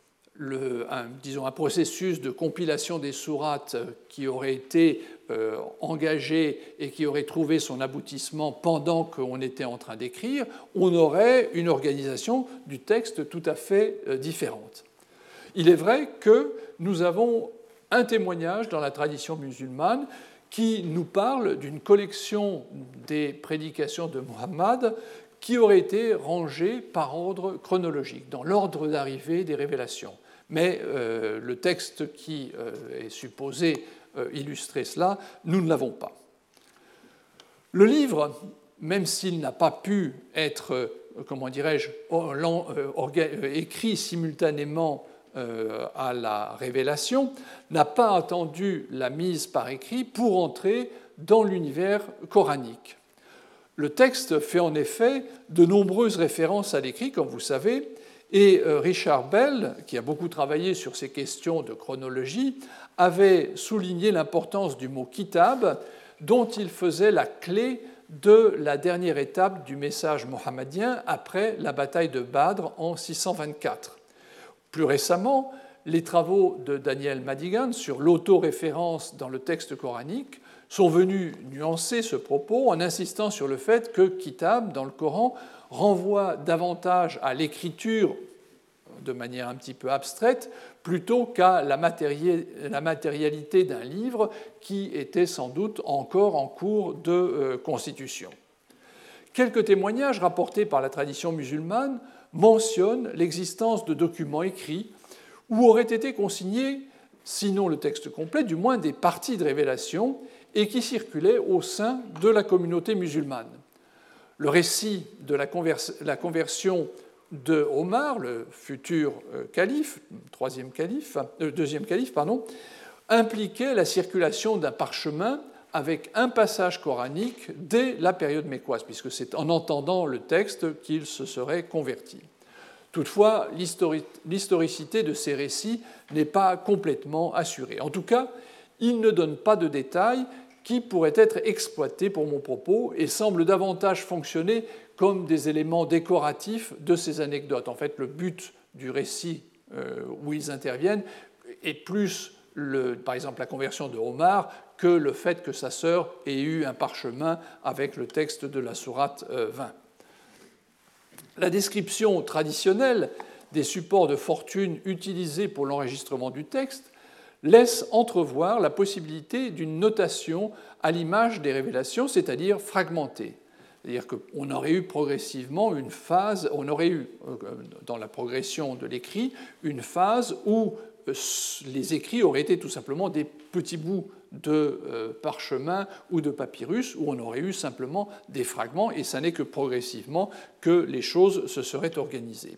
un processus de compilation des sourates qui aurait été engagé et qui aurait trouvé son aboutissement pendant qu'on était en train d'écrire, on aurait une organisation du texte tout à fait différente. Il est vrai que nous avons un témoignage dans la tradition musulmane qui nous parle d'une collection des prédications de Muhammad qui aurait été rangée par ordre chronologique, dans l'ordre d'arrivée des révélations. Mais le texte qui est supposé illustrer cela, nous ne l'avons pas. Le livre, même s'il n'a pas pu être, écrit simultanément à la révélation, n'a pas attendu la mise par écrit pour entrer dans l'univers coranique. Le texte fait en effet de nombreuses références à l'écrit, comme vous savez, et Richard Bell, qui a beaucoup travaillé sur ces questions de chronologie, avait souligné l'importance du mot kitab, dont il faisait la clé de la dernière étape du message mohammedien après la bataille de Badr en 624. Plus récemment, les travaux de Daniel Madigan sur l'autoréférence dans le texte coranique sont venus nuancer ce propos en insistant sur le fait que kitab, dans le Coran, renvoie davantage à l'écriture de manière un petit peu abstraite plutôt qu'à la matérialité d'un livre qui était sans doute encore en cours de constitution. Quelques témoignages rapportés par la tradition musulmane mentionnent l'existence de documents écrits où auraient été consignés, sinon le texte complet, du moins des parties de révélation, et qui circulaient au sein de la communauté musulmane. Le récit de la conversion de Omar, le futur calife, deuxième calife, impliquait la circulation d'un parchemin avec un passage coranique dès la période mécoise, puisque c'est en entendant le texte qu'il se serait converti. Toutefois, l'historicité de ces récits n'est pas complètement assurée. En tout cas, il ne donne pas de détails qui pourraient être exploités pour mon propos et semblent davantage fonctionner comme des éléments décoratifs de ces anecdotes. En fait, le but du récit où ils interviennent est plus, par exemple, la conversion de Omar que le fait que sa sœur ait eu un parchemin avec le texte de la sourate 20. La description traditionnelle des supports de fortune utilisés pour l'enregistrement du texte laisse entrevoir la possibilité d'une notation à l'image des révélations, c'est-à-dire fragmentée. C'est-à-dire qu'on aurait eu progressivement une phase, on aurait eu dans la progression de l'écrit une phase où les écrits auraient été tout simplement des petits bouts de parchemin ou de papyrus, où on aurait eu simplement des fragments, et ce n'est que progressivement que les choses se seraient organisées.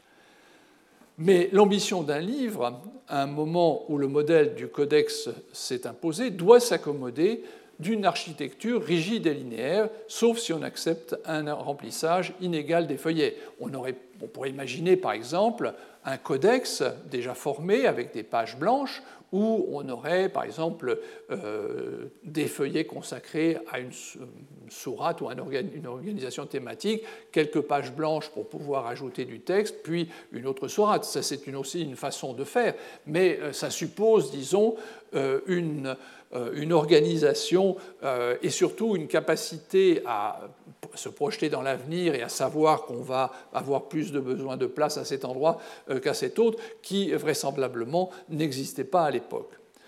Mais l'ambition d'un livre, à un moment où le modèle du codex s'est imposé, doit s'accommoder d'une architecture rigide et linéaire, sauf si on accepte un remplissage inégal des feuillets. On pourrait imaginer, par exemple, un codex déjà formé avec des pages blanches, où on aurait, par exemple, des feuillets consacrés à une sourate ou à une organisation thématique, quelques pages blanches pour pouvoir ajouter du texte, puis une autre sourate. Ça, c'est aussi une façon de faire, mais ça suppose, disons, une organisation et surtout une capacité à se projeter dans l'avenir et à savoir qu'on va avoir plus de besoin de place à cet endroit qu'à cet autre, qui vraisemblablement n'existait pas à l'époque.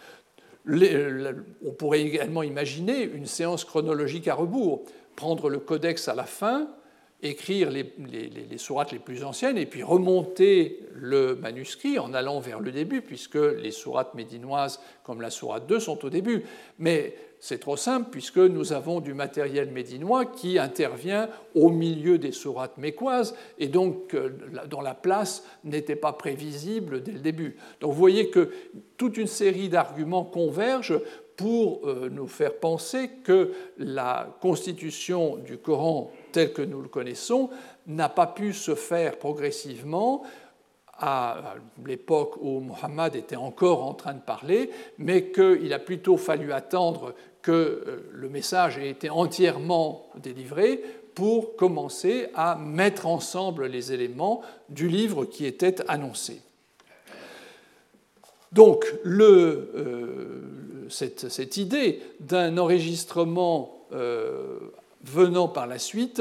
On pourrait également imaginer une séance chronologique à rebours, prendre le codex à la fin, écrire les sourates les plus anciennes et puis remonter le manuscrit en allant vers le début, puisque les sourates médinoises comme la sourate 2 sont au début. Mais c'est trop simple, puisque nous avons du matériel médinois qui intervient au milieu des sourates mécoises et donc dont la place n'était pas prévisible dès le début. Donc vous voyez que toute une série d'arguments convergent pour nous faire penser que la constitution du Coran tel que nous le connaissons n'a pas pu se faire progressivement à l'époque où Muhammad était encore en train de parler, mais qu'il a plutôt fallu attendre que le message ait été entièrement délivré pour commencer à mettre ensemble les éléments du livre qui était annoncé. Donc, cette idée d'un enregistrement venant par la suite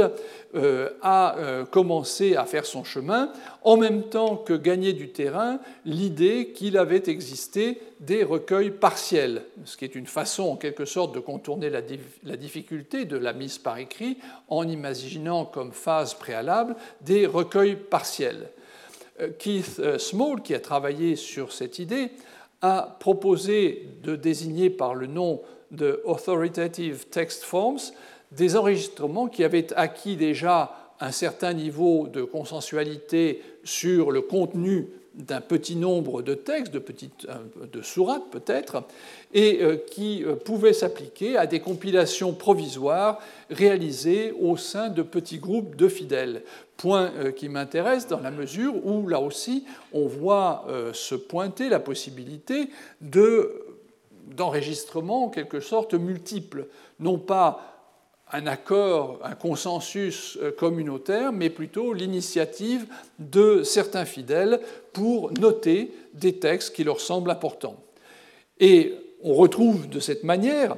a commencé à faire son chemin, en même temps que gagner du terrain l'idée qu'il avait existé des recueils partiels, ce qui est une façon en quelque sorte de contourner la difficulté de la mise par écrit en imaginant comme phase préalable des recueils partiels. Keith Small, qui a travaillé sur cette idée, a proposé de désigner par le nom de Authoritative Text Forms des enregistrements qui avaient acquis déjà un certain niveau de consensualité sur le contenu d'un petit nombre de textes, de sourates peut-être, et qui pouvaient s'appliquer à des compilations provisoires réalisées au sein de petits groupes de fidèles. Point qui m'intéresse dans la mesure où, là aussi, on voit se pointer la possibilité d'enregistrements en quelque sorte multiples, non pas un accord, un consensus communautaire, mais plutôt l'initiative de certains fidèles pour noter des textes qui leur semblent importants. Et on retrouve de cette manière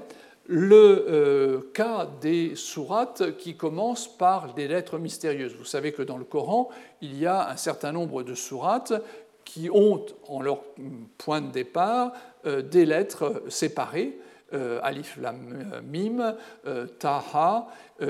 le cas des sourates qui commencent par des lettres mystérieuses. Vous savez que dans le Coran, il y a un certain nombre de sourates qui ont en leur point de départ des lettres séparées, Alif, Lam, Mim, Taha,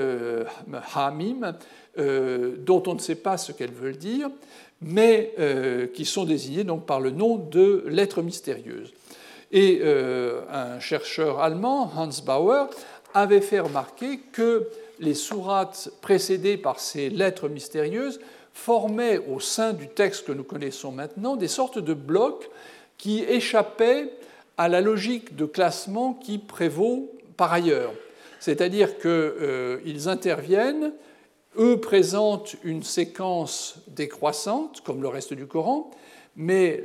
Hamim, dont on ne sait pas ce qu'elles veulent dire, mais qui sont désignées donc par le nom de lettres mystérieuses. Et un chercheur allemand, Hans Bauer, avait fait remarquer que les sourates précédées par ces lettres mystérieuses formaient au sein du texte que nous connaissons maintenant des sortes de blocs qui échappaient à la logique de classement qui prévaut par ailleurs. C'est-à-dire qu'ils interviennent, eux présentent une séquence décroissante, comme le reste du Coran, mais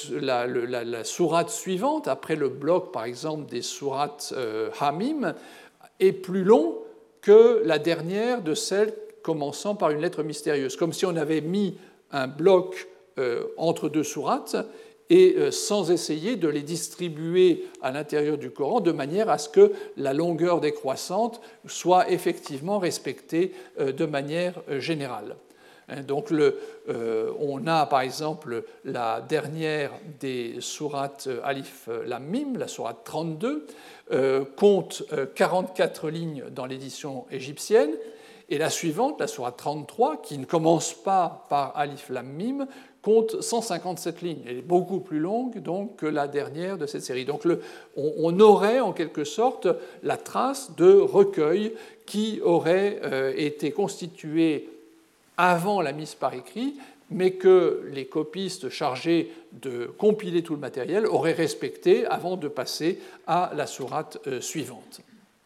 la sourate suivante, après le bloc par exemple des sourates Hamim, est plus long que la dernière de celles commençant par une lettre mystérieuse, comme si on avait mis un bloc entre deux sourates et sans essayer de les distribuer à l'intérieur du Coran de manière à ce que la longueur décroissante soit effectivement respectée de manière générale. Donc on a par exemple la dernière des sourates Alif Lam Mim, la sourate 32, compte 44 lignes dans l'édition égyptienne, et la suivante, la sourate 33, qui ne commence pas par Alif Lam Mim, compte 157 lignes. Elle est beaucoup plus longue donc, que la dernière de cette série. Donc on aurait en quelque sorte la trace de recueils qui auraient été constitués avant la mise par écrit, mais que les copistes chargés de compiler tout le matériel auraient respecté avant de passer à la sourate suivante.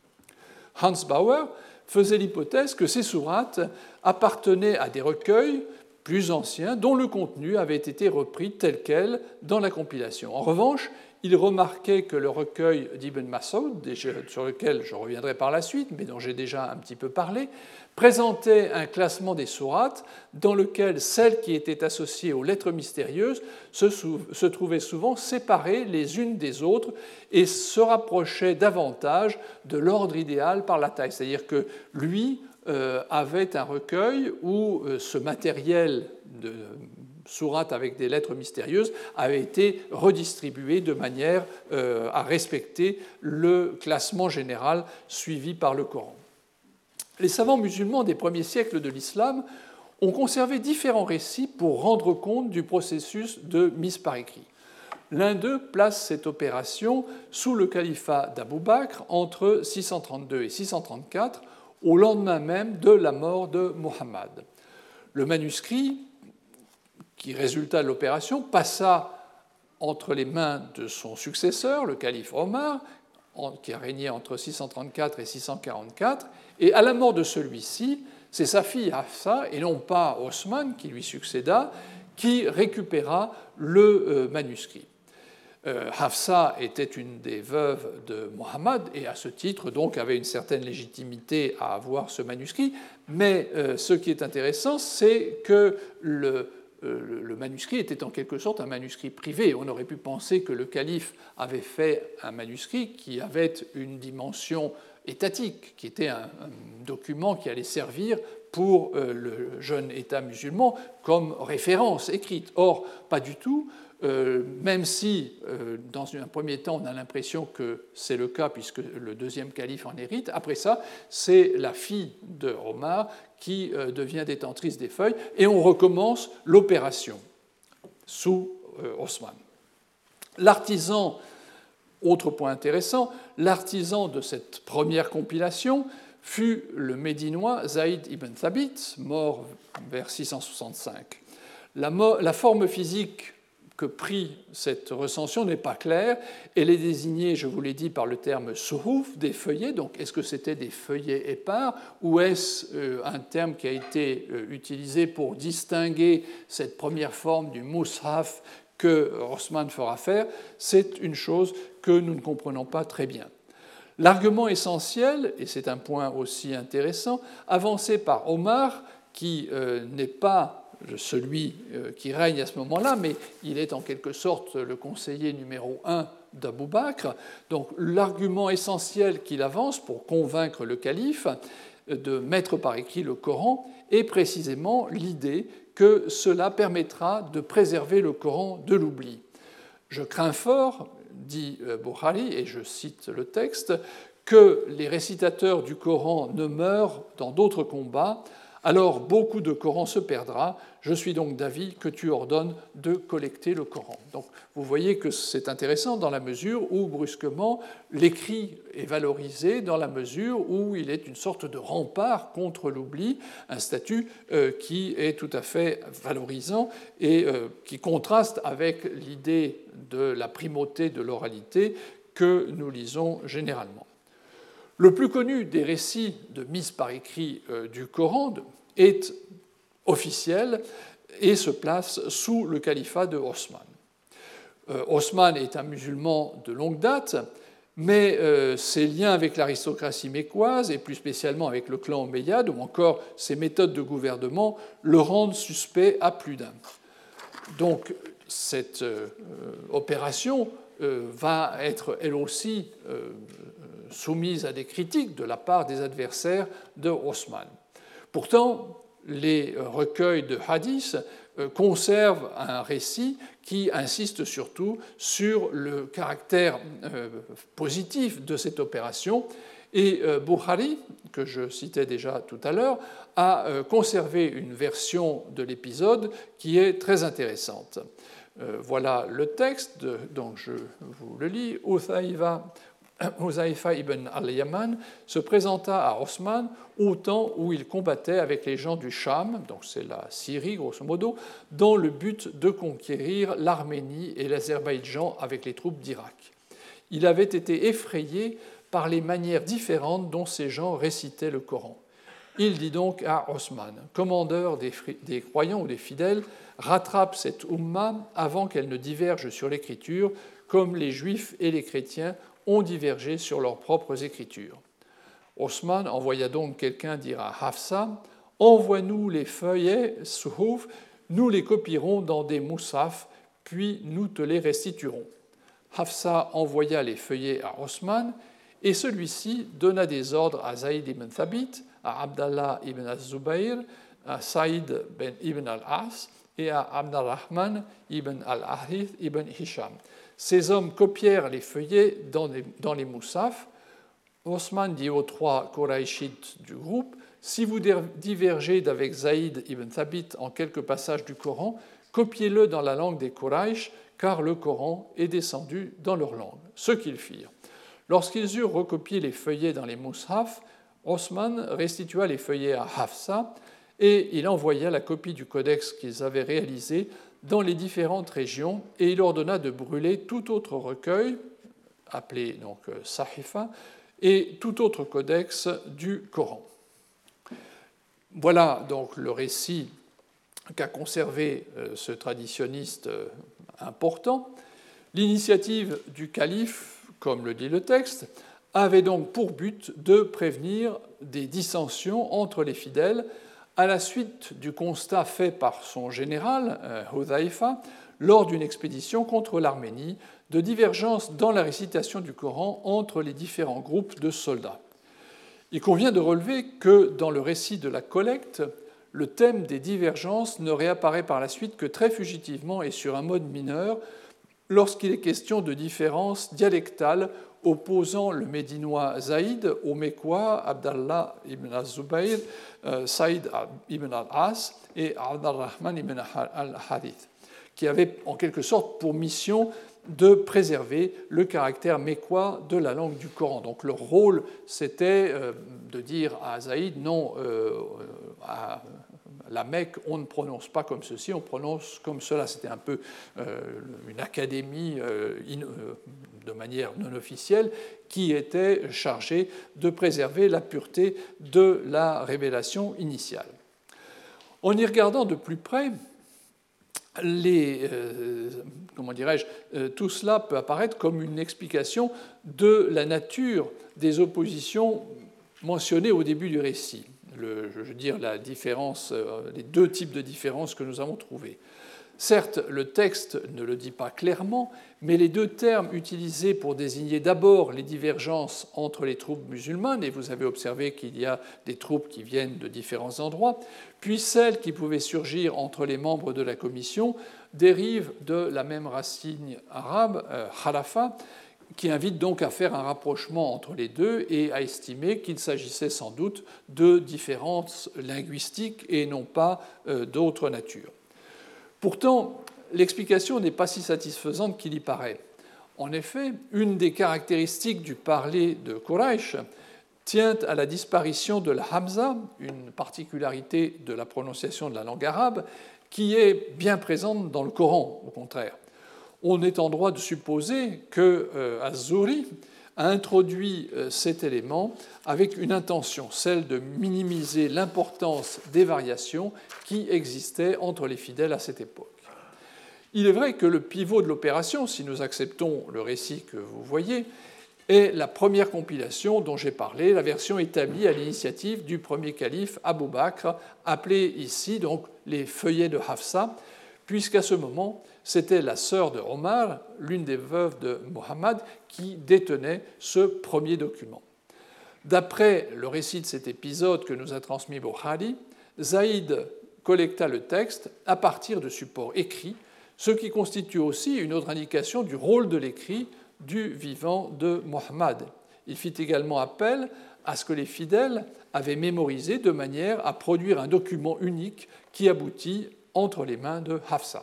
Hans Bauer faisait l'hypothèse que ces sourates appartenaient à des recueils plus anciens dont le contenu avait été repris tel quel dans la compilation. En revanche, il remarquait que le recueil d'Ibn Mas'ud, sur lequel je reviendrai par la suite, mais dont j'ai déjà un petit peu parlé, présentait un classement des sourates dans lequel celles qui étaient associées aux lettres mystérieuses se trouvaient souvent séparées les unes des autres et se rapprochaient davantage de l'ordre idéal par la taille. C'est-à-dire que lui avait un recueil où ce matériel de sourates avec des lettres mystérieuses avait été redistribué de manière à respecter le classement général suivi par le Coran. Les savants musulmans des premiers siècles de l'islam ont conservé différents récits pour rendre compte du processus de mise par écrit. L'un d'eux place cette opération sous le califat d'Abou Bakr entre 632 et 634, au lendemain même de la mort de Mohammed. Le manuscrit qui résulta de l'opération passa entre les mains de son successeur, le calife Omar, qui a régné entre 634 et 644, et à la mort de celui-ci, c'est sa fille Hafsa, et non pas Osman, qui lui succéda, qui récupéra le manuscrit. Hafsa était une des veuves de Mohammed et à ce titre donc avait une certaine légitimité à avoir ce manuscrit, mais ce qui est intéressant, c'est que le manuscrit était en quelque sorte un manuscrit privé. On aurait pu penser que le calife avait fait un manuscrit qui avait une dimension étatique, qui était un document qui allait servir pour le jeune État musulman comme référence écrite. Or, pas du tout. Même si, dans un premier temps, on a l'impression que c'est le cas, puisque le deuxième calife en hérite, après ça, c'est la fille de Omar qui devient détentrice des feuilles, et on recommence l'opération sous Osman. L'artisan, autre point intéressant, l'artisan de cette première compilation fut le Médinois Zaïd ibn Thabit, mort vers 665. La forme physique que prit cette recension n'est pas claire. Elle est désignée, je vous l'ai dit, par le terme suhuf, des feuillets. Donc, est-ce que c'était des feuillets épars ou est-ce un terme qui a été utilisé pour distinguer cette première forme du mushaf que Osman fera faire? C'est une chose que nous ne comprenons pas très bien. L'argument essentiel, et c'est un point aussi intéressant, avancé par Omar, qui n'est pas celui qui règne à ce moment-là, mais il est en quelque sorte le conseiller numéro 1 d'Abou Bakr. Donc l'argument essentiel qu'il avance pour convaincre le calife de mettre par écrit le Coran est précisément l'idée que cela permettra de préserver le Coran de l'oubli. Je crains fort, dit Bukhari, et je cite le texte, que les récitateurs du Coran ne meurent dans d'autres combats, alors beaucoup de Coran se perdra. Je suis donc d'avis que tu ordonnes de collecter le Coran. Donc vous voyez que c'est intéressant dans la mesure où, brusquement, l'écrit est valorisé, dans la mesure où il est une sorte de rempart contre l'oubli, un statut qui est tout à fait valorisant et qui contraste avec l'idée de la primauté de l'oralité que nous lisons généralement. Le plus connu des récits de mise par écrit du Coran est officiel et se place sous le califat de Osman. Osman est un musulman de longue date, mais ses liens avec l'aristocratie mécoise, et plus spécialement avec le clan omeyyade, ou encore ses méthodes de gouvernement, le rendent suspect à plus d'un. Donc cette opération va être, elle aussi, soumise à des critiques de la part des adversaires de Osman. Pourtant, les recueils de hadiths conservent un récit qui insiste surtout sur le caractère positif de cette opération. Et Bukhari, que je citais déjà tout à l'heure, a conservé une version de l'épisode qui est très intéressante. Voilà le texte, donc je vous le lis. Huzaifa ibn al-Yaman se présenta à Osman au temps où il combattait avec les gens du Cham, donc c'est la Syrie grosso modo, dans le but de conquérir l'Arménie et l'Azerbaïdjan avec les troupes d'Irak. Il avait été effrayé par les manières différentes dont ces gens récitaient le Coran. Il dit donc à Osman, commandeur des croyants ou des fidèles, rattrape cette Ummah avant qu'elle ne diverge sur l'écriture, comme les Juifs et les chrétiens ont divergé sur leurs propres écritures. Osman envoya donc quelqu'un dire à Hafsa, envoie-nous les feuillets suhuf, nous les copierons dans des moussaf, puis nous te les restituerons. Hafsa envoya les feuillets à Osman, et celui-ci donna des ordres à Zaïd ibn Thabit, à Abdallah ibn al-Zubayr, à Saïd ibn al-As et à Abdurrahman ibn al-Harith ibn Hisham. Ces hommes copièrent les feuillets dans les moussafs. Osman dit aux 3 Qurayshites du groupe: si vous divergez d'avec Zaïd ibn Thabit en quelques passages du Coran, copiez-le dans la langue des Quraysh, car le Coran est descendu dans leur langue. Ce qu'ils firent. Lorsqu'ils eurent recopié les feuillets dans les moushafs, Osman restitua les feuillets à Hafsa et il envoya la copie du codex qu'ils avaient réalisé dans les différentes régions et il ordonna de brûler tout autre recueil, appelé donc Sahifa, et tout autre codex du Coran. Voilà donc le récit qu'a conservé ce traditionniste important. L'initiative du calife, comme le dit le texte, avait donc pour but de prévenir des dissensions entre les fidèles à la suite du constat fait par son général, Hudhaifa, lors d'une expédition contre l'Arménie, de divergences dans la récitation du Coran entre les différents groupes de soldats. Il convient de relever que dans le récit de la collecte, le thème des divergences ne réapparaît par la suite que très fugitivement et sur un mode mineur lorsqu'il est question de différences dialectales opposant le médinois Zaïd au Mécois Abdallah ibn al-Zubayr, Saïd ibn al-As et Abdurrahman ibn al-Harith, qui avaient en quelque sorte pour mission de préserver le caractère mécois de la langue du Coran. Donc leur rôle, c'était de dire à Zaïd, non, à la Mecque, on ne prononce pas comme ceci, on prononce comme cela. C'était un peu une académie de manière non officielle qui était chargée de préserver la pureté de la révélation initiale. En y regardant de plus près, tout cela peut apparaître comme une explication de la nature des oppositions mentionnées au début du récit. La différence, les deux types de différences que nous avons trouvés. Certes, le texte ne le dit pas clairement, mais les deux termes utilisés pour désigner d'abord les divergences entre les troupes musulmanes, et vous avez observé qu'il y a des troupes qui viennent de différents endroits, puis celles qui pouvaient surgir entre les membres de la commission, dérivent de la même racine arabe, khalafa, qui invite donc à faire un rapprochement entre les deux et à estimer qu'il s'agissait sans doute de différences linguistiques et non pas d'autre nature. Pourtant, l'explication n'est pas si satisfaisante qu'il y paraît. En effet, une des caractéristiques du parler de Quraysh tient à la disparition de la hamza, une particularité de la prononciation de la langue arabe, qui est bien présente dans le Coran, au contraire. On est en droit de supposer que Az-Zuhri a introduit cet élément avec une intention, celle de minimiser l'importance des variations qui existaient entre les fidèles à cette époque. Il est vrai que le pivot de l'opération, si nous acceptons le récit que vous voyez, est la première compilation dont j'ai parlé, la version établie à l'initiative du premier calife Abou Bakr, appelé ici donc les feuillets de Hafsa, puisqu'à ce moment, c'était la sœur de Omar, l'une des veuves de Mohammed, qui détenait ce premier document. D'après le récit de cet épisode que nous a transmis Bukhari, Zaïd collecta le texte à partir de supports écrits, ce qui constitue aussi une autre indication du rôle de l'écrit du vivant de Mohammed. Il fit également appel à ce que les fidèles avaient mémorisé de manière à produire un document unique qui aboutit entre les mains de Hafsa.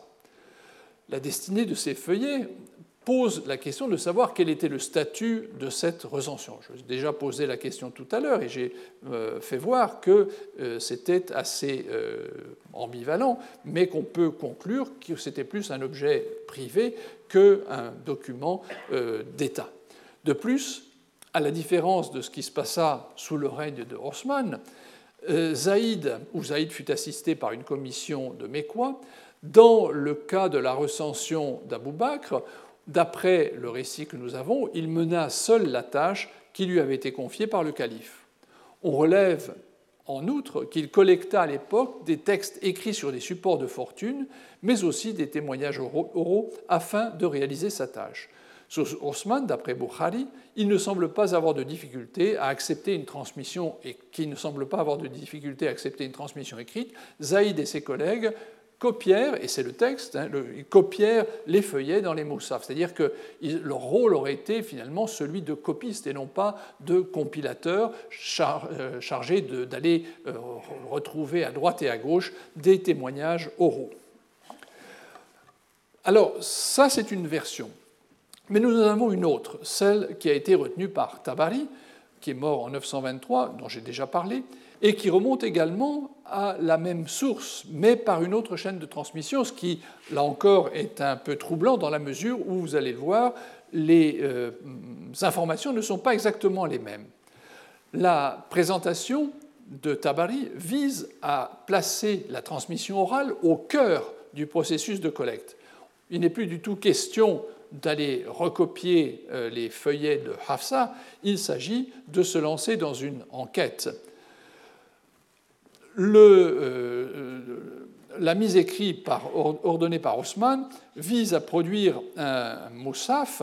La destinée de ces feuillets pose la question de savoir quel était le statut de cette recension. Je vous ai déjà posé la question tout à l'heure et j'ai fait voir que c'était assez ambivalent, mais qu'on peut conclure que c'était plus un objet privé qu'un document d'État. De plus, à la différence de ce qui se passa sous le règne de Osman, Zaïd fut assisté par une commission de Mécois. Dans le cas de la recension d'Abou Bakr, d'après le récit que nous avons, il mena seul la tâche qui lui avait été confiée par le calife. On relève en outre qu'il collecta à l'époque des textes écrits sur des supports de fortune, mais aussi des témoignages oraux afin de réaliser sa tâche. Sous Osman, d'après Bukhari, il ne semble pas avoir de difficulté à accepter une transmission et qui ne semble pas avoir de difficulté à accepter une transmission écrite. Zaïd et ses collègues copièrent, et c'est le texte, ils copièrent les feuillets dans les moussaf. C'est-à-dire que leur rôle aurait été finalement celui de copiste et non pas de compilateur chargé d'aller retrouver à droite et à gauche des témoignages oraux. Alors, ça, c'est une version. Mais nous en avons une autre, celle qui a été retenue par Tabari, qui est mort en 923, dont j'ai déjà parlé, et qui remonte également à la même source, mais par une autre chaîne de transmission, ce qui, là encore, est un peu troublant dans la mesure où, vous allez le voir, les informations ne sont pas exactement les mêmes. La présentation de Tabari vise à placer la transmission orale au cœur du processus de collecte. Il n'est plus du tout question d'aller recopier les feuillets de Hafsa, il s'agit de se lancer dans une enquête. La mise écrite ordonnée par Osman vise à produire un moussaf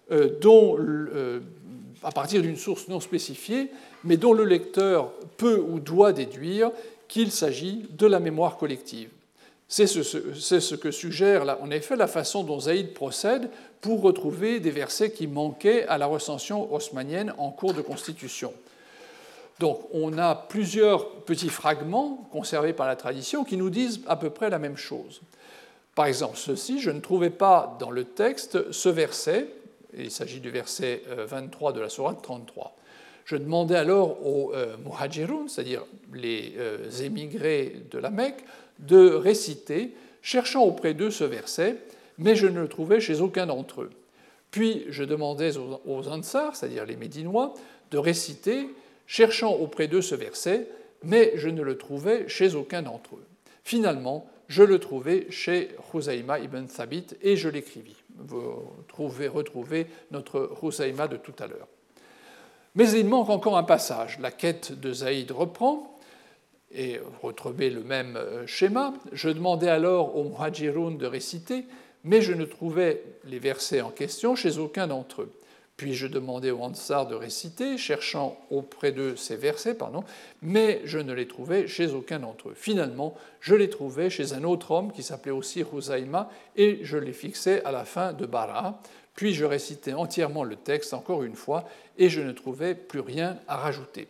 à partir d'une source non spécifiée, mais dont le lecteur peut ou doit déduire qu'il s'agit de la mémoire collective. C'est ce que suggère en effet la façon dont Zaïd procède pour retrouver des versets qui manquaient à la recension haussmannienne en cours de constitution. Donc on a plusieurs petits fragments conservés par la tradition qui nous disent à peu près la même chose. Par exemple, ceci, je ne trouvais pas dans le texte ce verset, il s'agit du verset 23 de la sourate 33. Je demandais alors aux muhajiroun, c'est-à-dire les émigrés de la Mecque, de réciter, cherchant auprès d'eux ce verset, mais je ne le trouvais chez aucun d'entre eux. Puis je demandais aux Ansar, c'est-à-dire les Médinois, de réciter, cherchant auprès d'eux ce verset, mais je ne le trouvais chez aucun d'entre eux. Finalement, je le trouvais chez Khuzaïma ibn Thabit et je l'écrivis. Vous retrouvez notre Khuzaïma de tout à l'heure. Mais il manque encore un passage. La quête de Zaïd reprend, et vous retrouvez le même schéma. Je demandais alors aux muhajiroun de réciter, mais je ne trouvais les versets en question chez aucun d'entre eux. Puis je demandais aux Ansar de réciter, cherchant auprès d'eux ces versets, mais je ne les trouvais chez aucun d'entre eux. Finalement, je les trouvais chez un autre homme qui s'appelait aussi Khuzaïma, et je les fixais à la fin de Bara. Puis je récitais entièrement le texte encore une fois, et je ne trouvais plus rien à rajouter.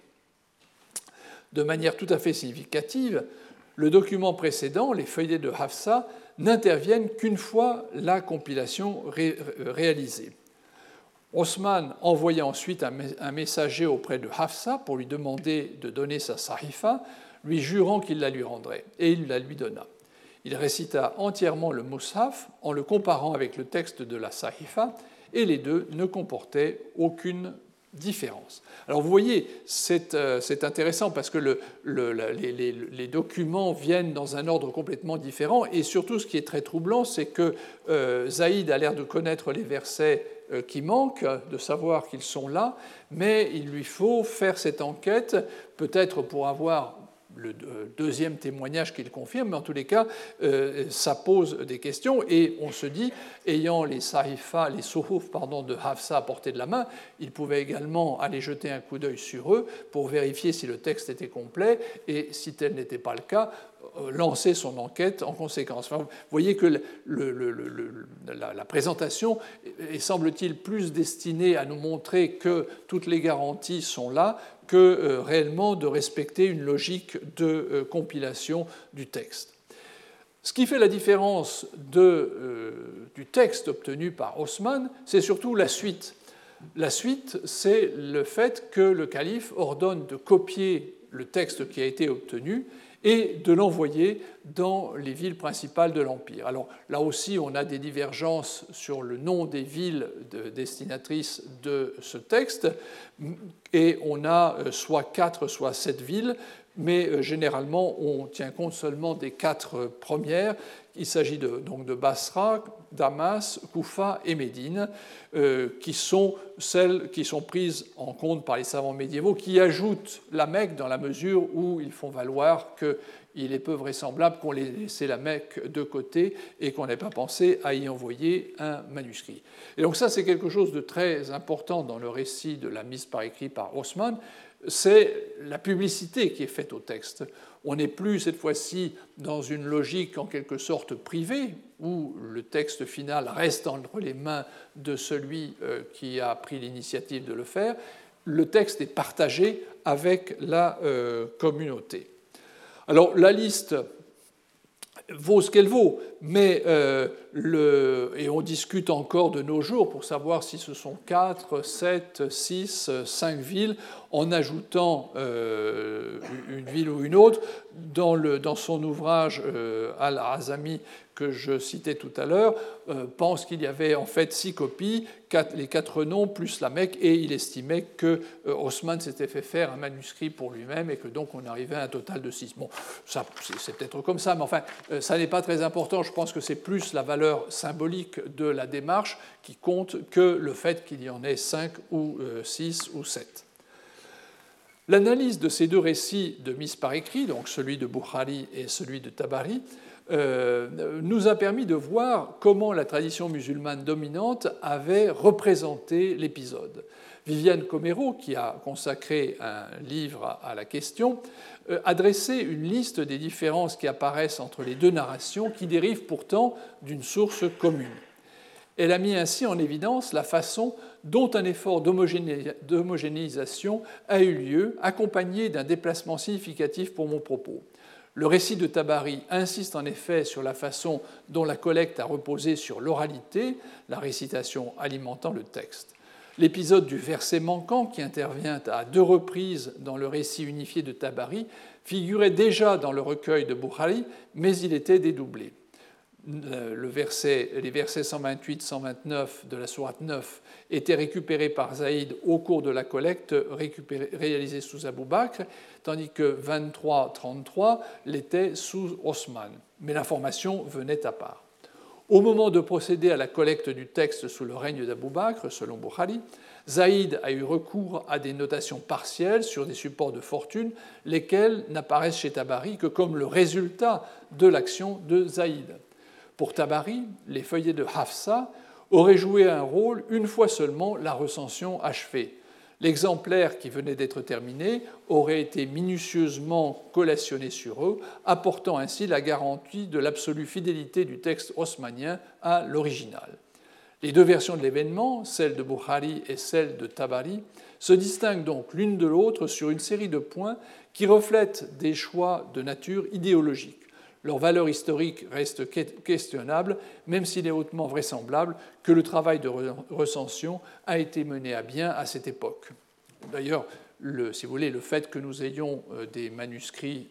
De manière tout à fait significative, le document précédent, les feuillets de Hafsa, n'interviennent qu'une fois la compilation réalisée. Osman envoya ensuite un messager auprès de Hafsa pour lui demander de donner sa sahifa, lui jurant qu'il la lui rendrait, et il la lui donna. Il récita entièrement le mushaf en le comparant avec le texte de la sahifa, et les deux ne comportaient aucune différence. Alors vous voyez, c'est intéressant parce que les documents viennent dans un ordre complètement différent, et surtout ce qui est très troublant, c'est que Zaïd a l'air de connaître les versets qui manquent, de savoir qu'ils sont là, mais il lui faut faire cette enquête, peut-être pour avoir le deuxième témoignage qui le confirme, mais en tous les cas, ça pose des questions, et on se dit, ayant les sahifa, les suhuf, de Hafsa à portée de la main, il pouvait également aller jeter un coup d'œil sur eux pour vérifier si le texte était complet, et si tel n'était pas le cas, lancer son enquête en conséquence. Enfin, vous voyez que la présentation est, semble-t-il, plus destinée à nous montrer que toutes les garanties sont là que réellement de respecter une logique de compilation du texte. Ce qui fait la différence du texte obtenu par Osman, c'est surtout la suite. La suite, c'est le fait que le calife ordonne de copier le texte qui a été obtenu et de l'envoyer dans les villes principales de l'Empire. Alors là aussi, on a des divergences sur le nom des villes destinatrices de ce texte, et on a soit 4, soit 7 villes, mais généralement, on tient compte seulement des 4 premières, Il s'agit donc de Basra, Damas, Koufa et Médine, qui sont celles qui sont prises en compte par les savants médiévaux, qui ajoutent la Mecque dans la mesure où ils font valoir qu'il est peu vraisemblable qu'on ait laissé la Mecque de côté et qu'on n'ait pas pensé à y envoyer un manuscrit. Et donc ça, c'est quelque chose de très important dans le récit de la mise par écrit par Haussmann, c'est la publicité qui est faite au texte. On n'est plus cette fois-ci dans une logique en quelque sorte privée, où le texte final reste entre les mains de celui qui a pris l'initiative de le faire. Le texte est partagé avec la communauté. Alors la liste vaut ce qu'elle vaut, mais et on discute encore de nos jours pour savoir si ce sont 4, 7, 6, 5 villes, en ajoutant une ville ou une autre. Dans son ouvrage Al-Azami, que je citais tout à l'heure, pense qu'il y avait en fait 6 copies, les 4 noms plus la Mecque, et il estimait que Haussmann s'était fait faire un manuscrit pour lui-même et que donc on arrivait à un total de 6. Bon, ça, c'est peut-être comme ça, mais enfin, ça n'est pas très important. Je pense que c'est plus la valeur symbolique de la démarche qui compte que le fait qu'il y en ait 5 ou 6 ou 7. L'analyse de ces deux récits de mise par écrit, donc celui de Bukhari et celui de Tabari, nous a permis de voir comment la tradition musulmane dominante avait représenté l'épisode. Viviane Comero, qui a consacré un livre à la question, a dressé une liste des différences qui apparaissent entre les deux narrations, qui dérivent pourtant d'une source commune. Elle a mis ainsi en évidence la façon dont un effort d'homogénéisation a eu lieu, accompagné d'un déplacement significatif pour mon propos. Le récit de Tabari insiste en effet sur la façon dont la collecte a reposé sur l'oralité, la récitation alimentant le texte. L'épisode du verset manquant, qui intervient à 2 reprises dans le récit unifié de Tabari, figurait déjà dans le recueil de Bukhari, mais il était dédoublé. Les versets 128-129 de la sourate 9 étaient récupérés par Zaïd au cours de la collecte réalisée sous Abou Bakr, tandis que 23-33 l'étaient sous Osman. Mais l'information venait à part. Au moment de procéder à la collecte du texte sous le règne d'Abou Bakr, selon Bukhari, Zaïd a eu recours à des notations partielles sur des supports de fortune, lesquels n'apparaissent chez Tabari que comme le résultat de l'action de Zaïd. Pour Tabari, les feuillets de Hafsa auraient joué un rôle une fois seulement la recension achevée. L'exemplaire qui venait d'être terminé aurait été minutieusement collationné sur eux, apportant ainsi la garantie de l'absolue fidélité du texte haussmannien à l'original. Les deux versions de l'événement, celle de Bukhari et celle de Tabari, se distinguent donc l'une de l'autre sur une série de points qui reflètent des choix de nature idéologique. Leur valeur historique reste questionnable, même s'il est hautement vraisemblable que le travail de recension a été mené à bien à cette époque. D'ailleurs, si vous voulez, le fait que nous ayons des manuscrits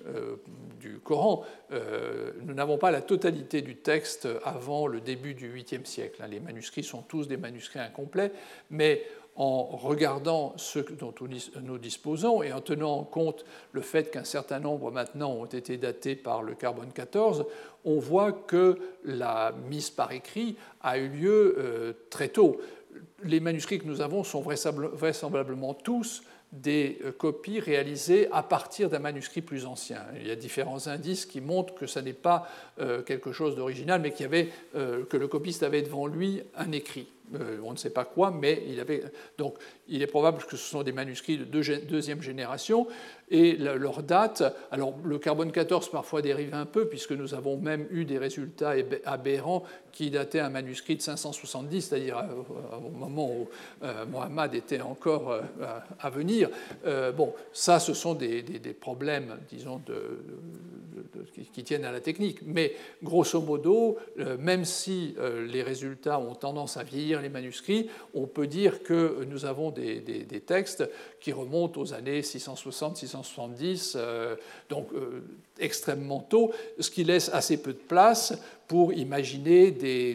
du Coran, nous n'avons pas la totalité du texte avant le début du 8e siècle. Les manuscrits sont tous des manuscrits incomplets, mais en regardant ce dont nous disposons et en tenant en compte le fait qu'un certain nombre maintenant ont été datés par le carbone 14, on voit que la mise par écrit a eu lieu très tôt. Les manuscrits que nous avons sont vraisemblablement tous des copies réalisées à partir d'un manuscrit plus ancien. Il y a différents indices qui montrent que ce n'est pas quelque chose d'original, mais que le copiste avait devant lui un écrit. On ne sait pas quoi, mais donc il est probable que ce sont des manuscrits de deuxième génération, et leur date, alors le carbone 14 parfois dérive un peu, puisque nous avons même eu des résultats aberrants qui dataient un manuscrit de 570, c'est-à-dire au moment où Mohammed était encore à venir. Bon, ça, ce sont des problèmes, disons, qui tiennent à la technique, mais grosso modo, même si les résultats ont tendance à vieillir les manuscrits, on peut dire que nous avons des textes qui remontent aux années 660-670, donc extrêmement tôt, ce qui laisse assez peu de place pour imaginer des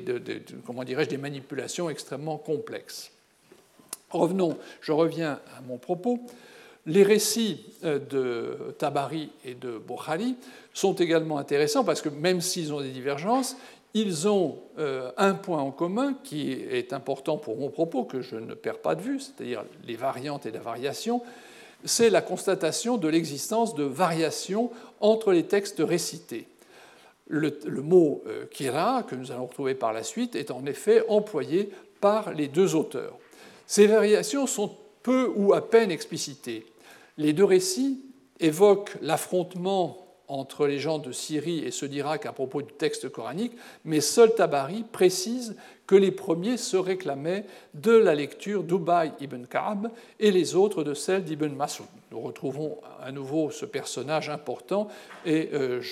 manipulations extrêmement complexes. Je reviens à mon propos. Les récits de Tabari et de Bukhari sont également intéressants parce que même s'ils ont des divergences, ils ont un point en commun qui est important pour mon propos, que je ne perds pas de vue, c'est-à-dire les variantes et la variation, c'est la constatation de l'existence de variations entre les textes récités. Le mot kira, que nous allons retrouver par la suite, est en effet employé par les deux auteurs. Ces variations sont peu ou à peine explicitées. Les deux récits évoquent l'affrontement entre les gens de Syrie et ceux d'Irak à propos du texte coranique, mais seul Tabari précise que les premiers se réclamaient de la lecture d'Ubay ibn Ka'b et les autres de celle d'Ibn Mas'ud. Nous retrouvons à nouveau ce personnage important et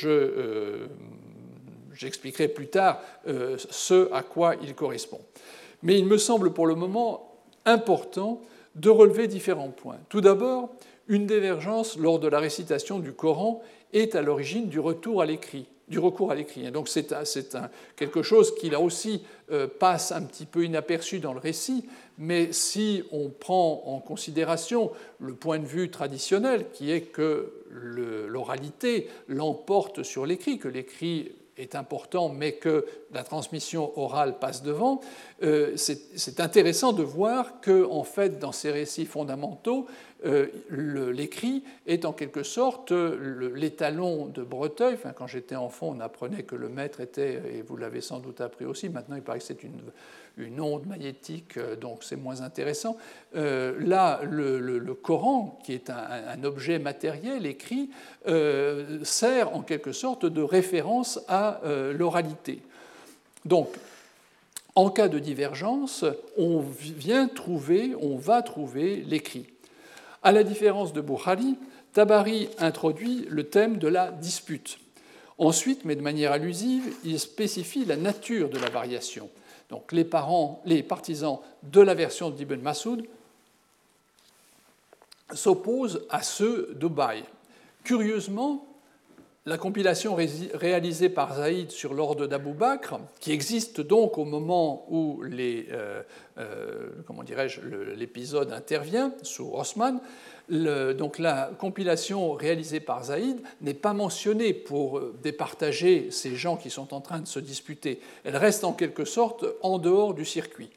j'expliquerai plus tard ce à quoi il correspond. Mais il me semble pour le moment important de relever différents points. Tout d'abord, une divergence lors de la récitation du Coran est à l'origine du recours à l'écrit. Et donc c'est quelque chose qui, là aussi, passe un petit peu inaperçu dans le récit, mais si on prend en considération le point de vue traditionnel, qui est que l'oralité l'emporte sur l'écrit, que l'écrit est important, mais que la transmission orale passe devant, c'est intéressant de voir que, en fait, dans ces récits fondamentaux, l'écrit est en quelque sorte l'étalon de Breteuil. Enfin, quand j'étais enfant, on apprenait que le maître était, et vous l'avez sans doute appris aussi, maintenant il paraît que c'est une onde magnétique, donc c'est moins intéressant. Là, le Coran, qui est un objet matériel écrit, sert en quelque sorte de référence à l'oralité. Donc, en cas de divergence, on va trouver l'écrit. À la différence de Bukhari, Tabari introduit le thème de la dispute. Ensuite, mais de manière allusive, il spécifie la nature de la variation. Donc les partisans de la version d'Ibn Mas'ud s'opposent à ceux d'Ubay. Curieusement, la compilation réalisée par Zaïd sur l'ordre d'Abou Bakr, qui existe donc au moment où l'épisode intervient sous Osman, donc la compilation réalisée par Zaïd n'est pas mentionnée pour départager ces gens qui sont en train de se disputer. Elle reste en quelque sorte en dehors du circuit.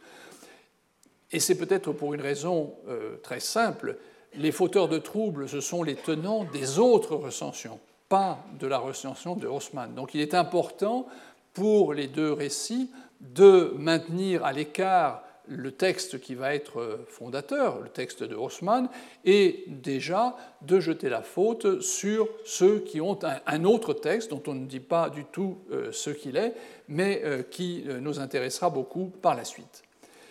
Et c'est peut-être pour une raison très simple. Les fauteurs de troubles, ce sont les tenants des autres recensions, pas de la recension de Osman. Donc il est important pour les deux récits de maintenir à l'écart le texte qui va être fondateur, le texte de Osman, et déjà de jeter la faute sur ceux qui ont un autre texte dont on ne dit pas du tout ce qu'il est, mais qui nous intéressera beaucoup par la suite.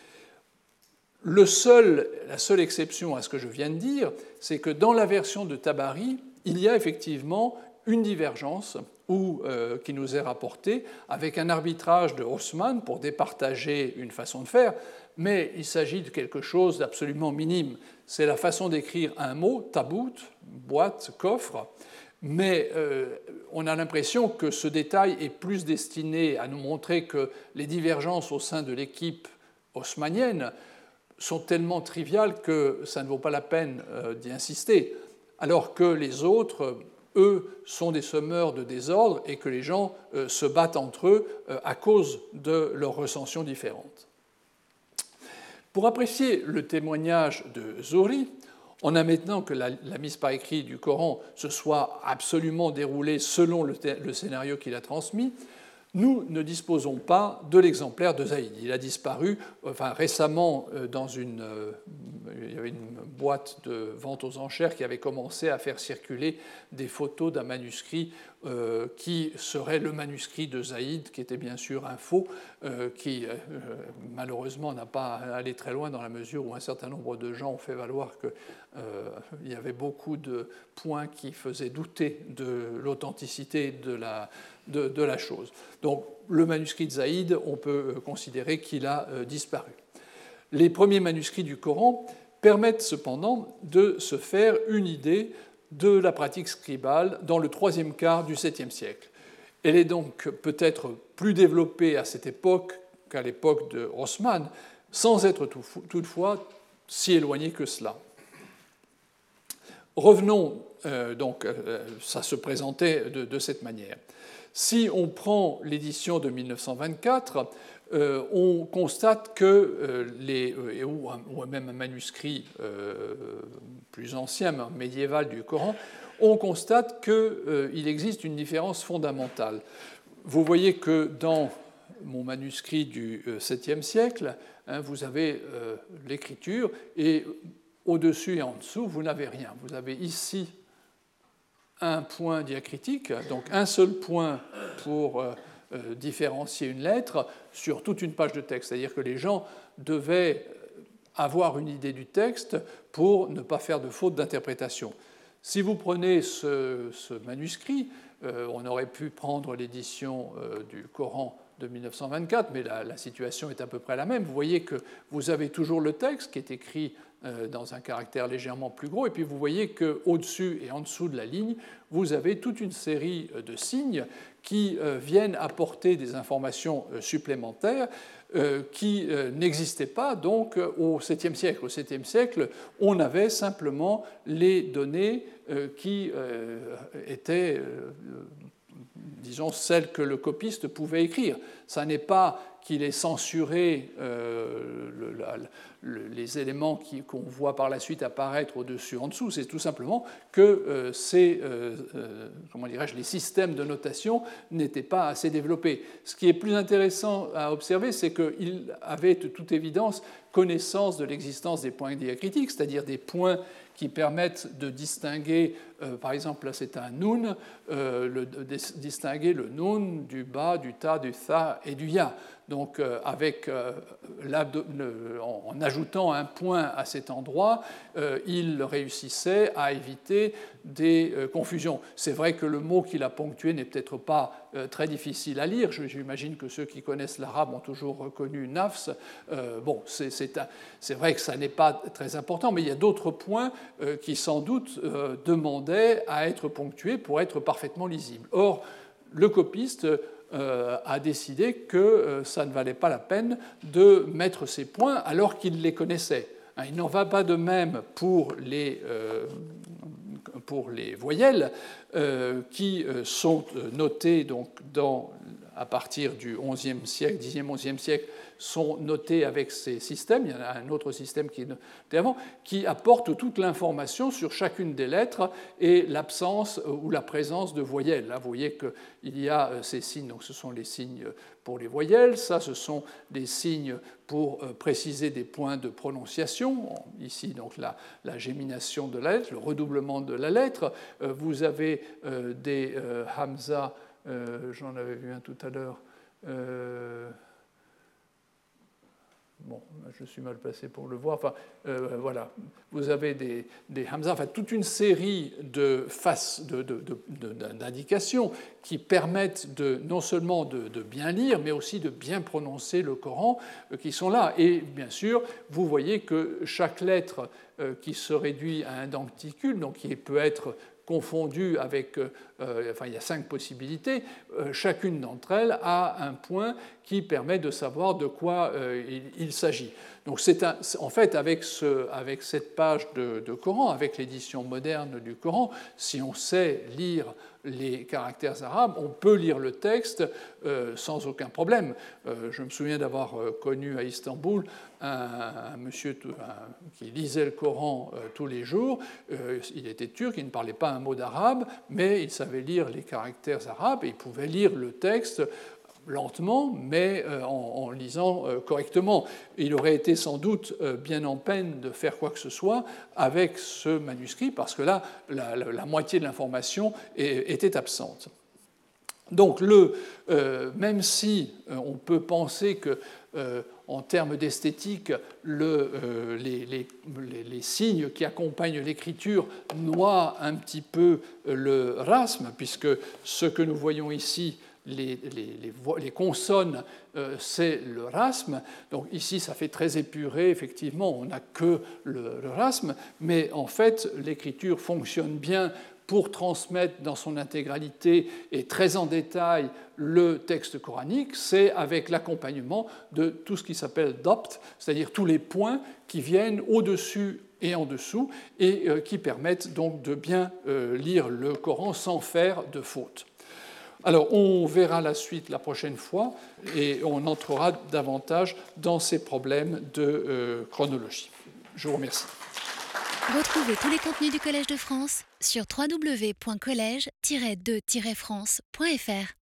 La seule exception à ce que je viens de dire, c'est que dans la version de Tabari, il y a effectivement une divergence qui nous est rapportée avec un arbitrage de Osman pour départager une façon de faire, mais il s'agit de quelque chose d'absolument minime. C'est la façon d'écrire un mot, tabout, boîte, coffre, mais on a l'impression que ce détail est plus destiné à nous montrer que les divergences au sein de l'équipe haussmannienne sont tellement triviales que ça ne vaut pas la peine d'y insister, alors que les autres, eux, sont des semeurs de désordre et que les gens se battent entre eux à cause de leurs recensions différentes. Pour apprécier le témoignage de Zuhri, on a maintenant que la mise par écrit du Coran se soit absolument déroulée selon le scénario qu'il a transmis. Nous ne disposons pas de l'exemplaire de Zaïd. Il a disparu récemment il y avait une boîte de vente aux enchères qui avait commencé à faire circuler des photos d'un manuscrit qui serait le manuscrit de Zaïd, qui était bien sûr un faux, qui malheureusement n'a pas allé très loin dans la mesure où un certain nombre de gens ont fait valoir qu'il y avait beaucoup de points qui faisaient douter de l'authenticité de la chose. Donc le manuscrit de Zaïd, on peut considérer qu'il a disparu. Les premiers manuscrits du Coran permettent cependant de se faire une idée de la pratique scribale dans le troisième quart du 7e siècle. Elle est donc peut-être plus développée à cette époque qu'à l'époque de Osman, sans être toutefois si éloignée que cela. Revenons, donc, ça se présentait de cette manière. Si on prend l'édition de 1924, on constate que ou même un manuscrit plus ancien, médiéval du Coran, on constate qu'il existe une différence fondamentale. Vous voyez que dans mon manuscrit du 7e siècle, vous avez l'écriture, et au-dessus et en dessous, vous n'avez rien. Vous avez ici un point diacritique, donc un seul point pour différencier une lettre sur toute une page de texte. C'est-à-dire que les gens devaient avoir une idée du texte pour ne pas faire de faute d'interprétation. Si vous prenez ce manuscrit, on aurait pu prendre l'édition du Coran de 1924, mais la situation est à peu près la même. Vous voyez que vous avez toujours le texte qui est écrit dans un caractère légèrement plus gros, et puis vous voyez qu'au-dessus et en dessous de la ligne, vous avez toute une série de signes qui viennent apporter des informations supplémentaires qui n'existaient pas donc au 7e siècle. Au 7e siècle, on avait simplement les données qui étaient disons, celles que le copiste pouvait écrire. Ça n'est pas qu'il ait censuré les éléments qu'on voit par la suite apparaître au-dessus, en dessous. C'est tout simplement que les systèmes de notation n'étaient pas assez développés. Ce qui est plus intéressant à observer, c'est qu'il avait de toute évidence connaissance de l'existence des points diacritiques, c'est-à-dire des points qui permettent de distinguer, par exemple, là c'est un nun, distinguer le nun du ba, du ta, du tha et du ya. Donc, en ajoutant un point à cet endroit, il réussissait à éviter des confusions. C'est vrai que le mot qu'il a ponctué n'est peut-être pas très difficile à lire. J'imagine que ceux qui connaissent l'arabe ont toujours reconnu nafs. Bon, c'est vrai que ça n'est pas très important, mais il y a d'autres points qui, sans doute, demandaient à être ponctués pour être parfaitement lisibles. Or, le copiste a décidé que ça ne valait pas la peine de mettre ces points alors qu'il les connaissait. Il n'en va pas de même pour les voyelles qui sont notées donc, à partir du XIe siècle, Xe, XIe siècle, sont notés avec ces systèmes. Il y en a un autre système qui est noté avant, qui apporte toute l'information sur chacune des lettres et l'absence ou la présence de voyelles. Là, vous voyez qu'il y a ces signes, donc ce sont les signes pour les voyelles, ça, ce sont des signes pour préciser des points de prononciation. Ici, donc, la gémination de la lettre, le redoublement de la lettre. Vous avez des hamza, j'en avais vu un tout à l'heure. Bon, je suis mal placé pour le voir. Enfin, voilà, vous avez des hamza, enfin toute une série d'indications qui permettent non seulement de bien lire, mais aussi de bien prononcer le Coran, qui sont là. Et bien sûr, vous voyez que chaque lettre qui se réduit à un denticule, donc qui peut être confondues avec, il y a 5 possibilités, chacune d'entre elles a un point qui permet de savoir de quoi il s'agit. Donc en fait, avec cette page de Coran, avec l'édition moderne du Coran, si on sait lire les caractères arabes, on peut lire le texte sans aucun problème. Je me souviens d'avoir connu à Istanbul un monsieur qui lisait le Coran tous les jours. Il était turc, il ne parlait pas un mot d'arabe, mais il savait lire les caractères arabes et il pouvait lire le texte lentement, mais en lisant correctement. Il aurait été sans doute bien en peine de faire quoi que ce soit avec ce manuscrit, parce que là, la moitié de l'information était absente. Donc, même si on peut penser que, en termes d'esthétique, les signes qui accompagnent l'écriture noient un petit peu le rasme, puisque ce que nous voyons ici, les consonnes, c'est le rasme. Donc ici, ça fait très épuré, effectivement, on n'a que le rasme, mais en fait, l'écriture fonctionne bien pour transmettre dans son intégralité et très en détail le texte coranique, c'est avec l'accompagnement de tout ce qui s'appelle dabt, c'est-à-dire tous les points qui viennent au-dessus et en dessous, et qui permettent donc de bien lire le Coran sans faire de faute. Alors, on verra la suite la prochaine fois, et on entrera davantage dans ces problèmes de chronologie. Je vous remercie. Retrouvez tous les contenus du Collège de France sur www.collège-2-france.fr.